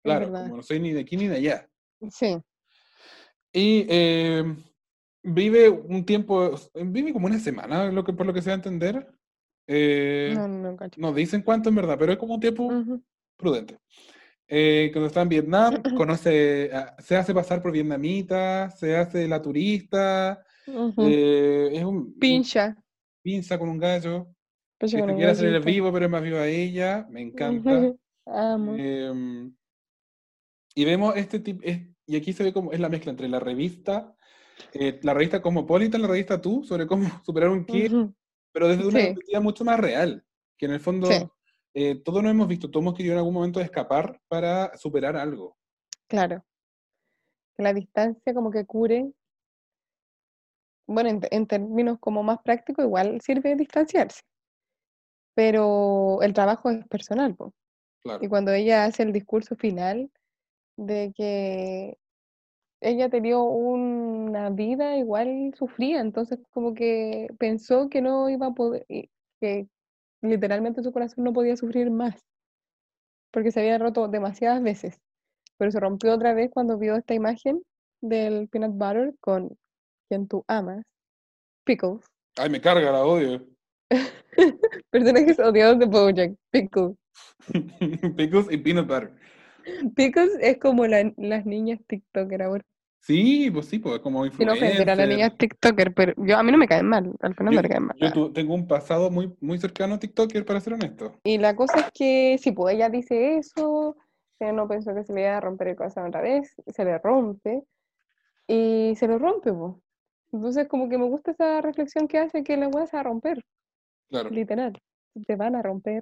Claro, verdad. como no soy ni de aquí ni de allá. Sí. Y vive un tiempo, vive como una semana, por lo que se va a entender. Eh, No, cacho. no dicen cuánto en verdad, pero es como un tiempo Ujú. prudente. Cuando está en Vietnam, se hace pasar por vietnamita, se hace la turista, Ujú. es un Pincha. pinza con un gallo, Pincha que con se un quiere hacer el gallito. vivo, pero es más viva ella, me encanta. Amo. Eh, y vemos este tipo, y aquí se ve como es la mezcla entre la revista Cosmopolitan, la revista Tú, sobre cómo superar un kid, Ujú. pero desde una Sí, perspectiva mucho más real, que en el sí, fondo todos nos hemos visto, todos hemos querido en algún momento escapar para superar algo. claro. Que la distancia como que cure. Bueno, en términos como más prácticos, igual sirve distanciarse. Pero el trabajo es personal, po. Y Claro, cuando ella hace el discurso final de que ella tenía una vida igual sufría, entonces como que pensó que no iba a poder, que literalmente su corazón no podía sufrir más, porque se había roto demasiadas veces, pero se rompió otra vez cuando vio esta imagen del peanut butter con quien tú amas, Pickles, ay, me carga, la odio. personajes odiados de BoJack, Pickles. Pickles y peanut butter. Pickles es como las niñas TikToker ahora. Sí, pues como Sin ofender a las influencer. niñas TikToker, pero a mí no me caen mal, al final Yo, no me caen mal. tengo un pasado muy, muy cercano a TikToker, para ser honesto. Y la cosa es que, sí, pues ella dice eso, que no pensó que se le iba a romper el corazón otra vez, se le rompe, y se lo rompe, pues. Entonces, como que me gusta esa reflexión que hace que la weá se va a romper, Claro. literal. Te van a romper.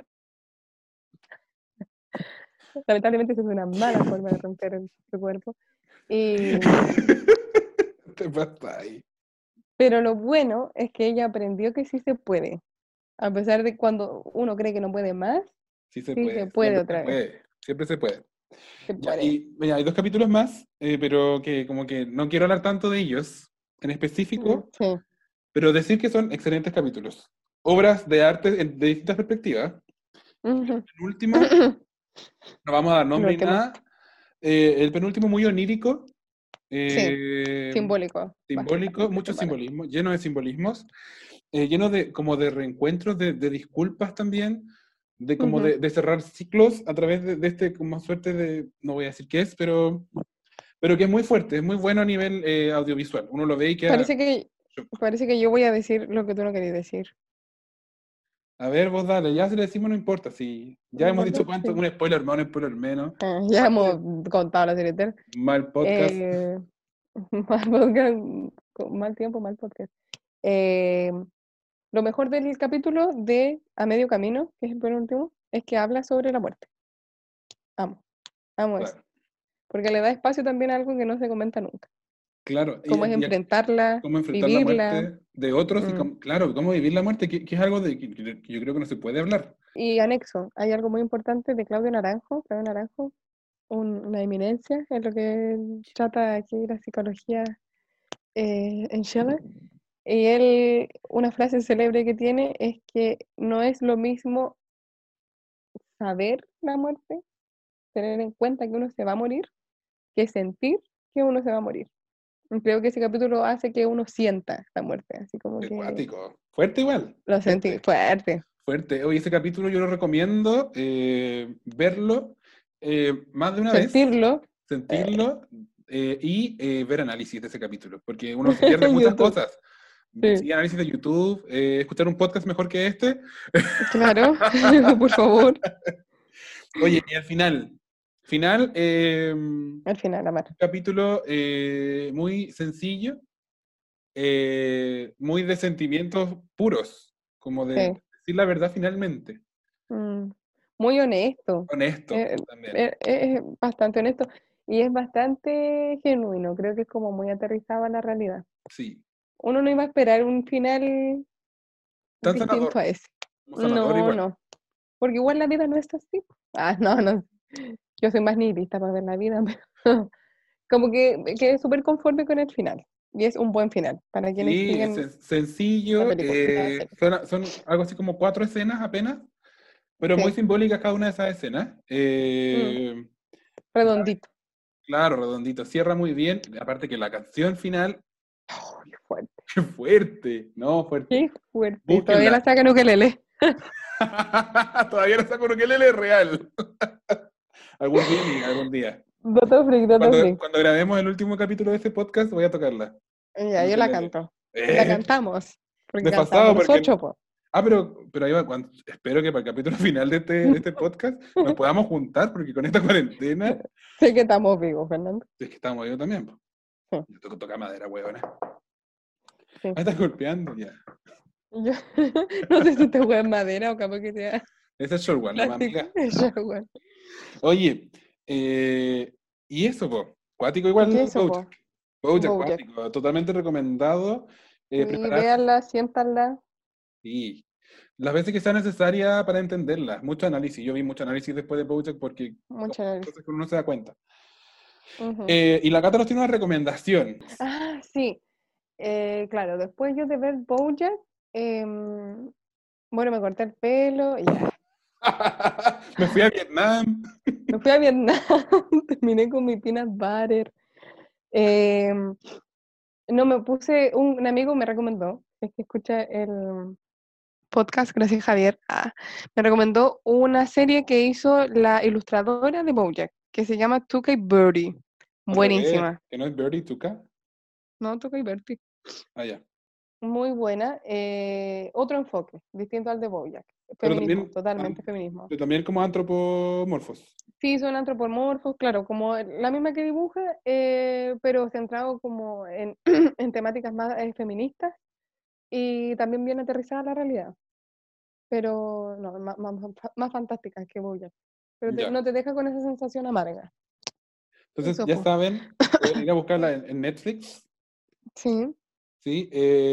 Lamentablemente, esa es una mala forma de romper tu cuerpo. Y, Te pasa ahí. pero lo bueno es que ella aprendió que sí se puede. A pesar de cuando uno cree que no puede más, Sí se sí se puede, puede siempre se otra vez. puede, siempre se puede. Se Ya, puede. y mira, hay dos capítulos más, pero que como que no quiero hablar tanto de ellos en específico, Sí. pero decir que son excelentes capítulos. Obras de arte de distintas perspectivas. El Ujú. penúltimo, no vamos a dar El nombre ni último. nada. El penúltimo muy onírico, Sí, eh, simbólico, simbólico, bastante mucho simbólico. simbolismo, lleno de simbolismos, lleno de como de reencuentros, de disculpas también, de como Ujú. de cerrar ciclos a través de este como suerte de, no voy a decir qué es, pero que es muy fuerte, es muy bueno a nivel audiovisual. Uno lo ve y queda Parece que, shock. parece que yo voy a decir lo que tú no querías decir. A ver, vos dale, ya si le decimos no importa, si ya No hemos dicho importa, cuánto, sí. un spoiler más, un spoiler menos. Ya Parte hemos de contado la serie entera. mal podcast. Eh, mal podcast, mal tiempo, mal podcast. Eh, lo mejor del capítulo de A Medio Camino, que es el penúltimo, es que habla sobre la muerte. Amo, amo eso. Claro, Porque le da espacio también a algo que no se comenta nunca. claro. Cómo es Y enfrentarla, cómo enfrentar la vivirla. muerte de otros y mm. claro, cómo vivir la muerte, que es algo que yo creo que no se puede hablar. Y anexo, hay algo muy importante de Claudio Naranjo. Claudio Naranjo, una eminencia en lo que trata aquí la psicología en Chile. Y él, una frase célebre que tiene es que no es lo mismo saber la muerte, tener en cuenta que uno se va a morir, que sentir que uno se va a morir. Y creo que ese capítulo hace que uno sienta la muerte, así como Qué que cuático. Fuerte igual. lo sentí Fuerte. fuerte. Fuerte. Hoy ese capítulo yo lo recomiendo verlo más de una vez, Sentirlo sentirlo y ver análisis de ese capítulo, porque uno se pierde en muchas YouTube. cosas. Sí, Sí, análisis de YouTube, escuchar un podcast mejor que este. claro, por favor. Oye, y al final, Al final, Amar. un capítulo muy sencillo, muy de sentimientos puros, como de Sí. decir la verdad finalmente. Mm, muy honesto. Honesto también. Es bastante honesto y es bastante genuino. Creo que es como muy aterrizado a la realidad. Sí. Uno no iba a esperar un final Tan sanador. distinto a ese. Como sanador No, igual. no. Porque igual la vida no es así. Ah, no, no. Yo soy más nihilista para ver la vida, pero como que quedé súper conforme con el final. Y es un buen final para quienes Sí, es siguen la sencillo. película, la serie. Son algo así como 4 escenas apenas, pero muy Sí. simbólicas cada una de esas escenas. Mm, redondito. Claro, redondito. Cierra muy bien. Aparte que la canción final, Oh, qué fuerte. qué fuerte. No, fuerte. Qué fuerte. Búsquenla. Todavía la sacan ukelele. Todavía no saco un ukelele real. Algún día, amiga, algún día. Dato freak, dato freak. Cuando grabemos el último capítulo de este podcast, voy a tocarla. Ya, yo la Ukelele. canto. La cantamos. Porque Desfasado, cantamos los porque- 8, po. Pero ahí va, espero que para el capítulo final de este podcast nos podamos juntar, porque con esta cuarentena, Sé que estamos vivos, Fernando. es que estamos yo también. Po. Sí. Yo tengo que tocar madera, huevona. Sí. Ahí estás golpeando ya. Yo no sé si te juega en madera o capaz que sea Ese es Short One, nomás, plástico. amiga. Ya, bueno. Oye, y eso, po. Cuático igual. ¿Qué es eso, BoJack. po? BoJack, BoJack. cuático. Totalmente recomendado. Y Prepararse. véanla, siéntanla. Sí. Las veces que sea necesaria para entenderla. Mucho análisis. Yo vi mucho análisis después de BoJack porque Muchas gracias. cosas que uno no se da cuenta. Ujú. Y la Cata nos tiene una recomendación. Ah, sí. Claro, después yo de ver BoJack, bueno, me corté el pelo y ya. Me fui a Vietnam. Me fui a Vietnam, terminé con mi peanut butter. No, me puse, un amigo me recomendó, es que escucha el podcast, gracias Javier, me recomendó una serie que hizo la ilustradora de BoJack, que se llama Tuca y Birdie. Buenísima. Que no es Birdie Tuca. No, Tuca y Birdie. Ah, ya. Muy buena. Otro enfoque, distinto al de BoJack. Pero Feminismo, también- totalmente feminismo. Pero también como antropomorfos. Sí, son antropomorfos, claro, como la misma que dibuja, pero centrado como en, en temáticas más feministas y también bien aterrizada a la realidad. Pero no, más fantásticas que BoJack. Pero Ya. no te deja con esa sensación amarga. Entonces, Eso, ya po. saben, pueden ir a buscarla en Netflix. Sí, Sí.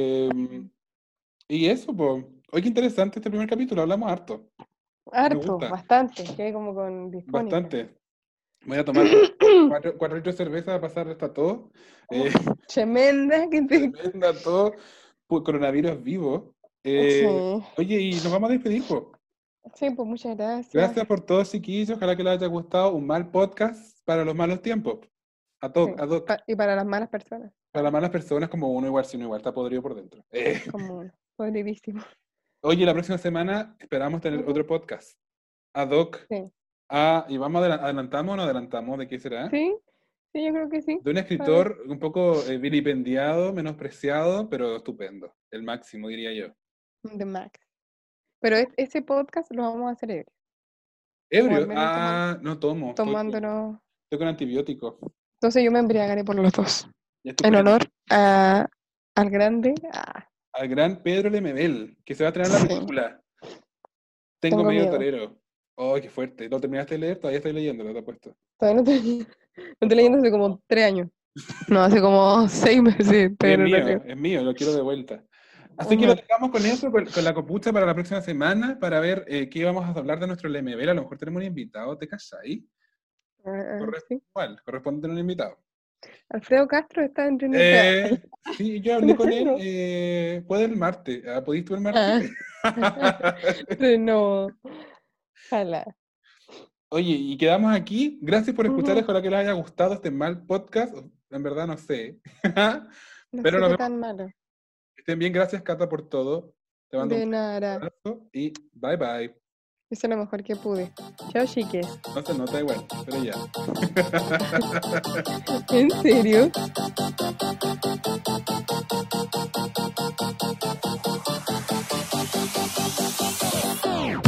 Y eso, pues. Oye, qué interesante este primer capítulo. Hablamos harto. harto, gusta. bastante, que como con disfónica. Bastante. Voy a tomar 4 litros de cerveza a pasar hasta todo. Tremenda que te... Tremenda todo. Coronavirus vivo. Oye, y nos vamos a despedir, po. Sí, pues muchas gracias. Gracias por todo, chiquillos. Ojalá que les haya gustado un mal podcast para los malos tiempos. A Sí, todos. y para las malas personas, Para las malas personas como uno igual, si uno igual está podrido por dentro. como uno, podridísimo. Oye, la próxima semana esperamos tener Ujú. otro podcast. Ad hoc. Sí. Y vamos adelantamos o no adelantamos de qué será. Sí, sí, yo creo que sí. De un escritor un poco vilipendiado, menospreciado, pero estupendo. El máximo, diría yo. De Max. Pero ese podcast lo vamos a hacer ebrio, Ebrio. al menos No tomo. Estoy tomándonos. con antibióticos. Entonces yo me embriagaré por los dos. Ya estoy En por honor al grande. al gran Pedro Lemebel, que se va a estrenar la Sí. película. Tengo Tengo medio miedo. torero. Oh, qué fuerte. ¿Lo terminaste de leer? Todavía estoy leyendo, lo te he puesto. Todavía no estoy leyendo hace como 3 años. No, hace como 6 meses, pero no leo. Es mío, lo quiero de vuelta. Así que lo dejamos con eso, con la copucha para la próxima semana, para ver qué vamos a hablar de nuestro Lemebel. A lo mejor tenemos un invitado, ¿te cachai? Sí. Corresponde tener un invitado. Alfredo Castro está en Trinidad. Sí, yo hablé con él. Puede el martes. ¿Podís tú el martes? No. Ojalá. Oye, y quedamos aquí. Gracias por escuchar. Ujú. Ojalá que les haya gustado este mal podcast. En verdad no sé. No Pero sé nos qué vemos. tan malo. Estén bien. Gracias, Cata, por todo. Te mando De un nada. abrazo y bye bye. Hice lo mejor que pude. Chao, chiques. No se nota igual, pero ya. ¿En serio?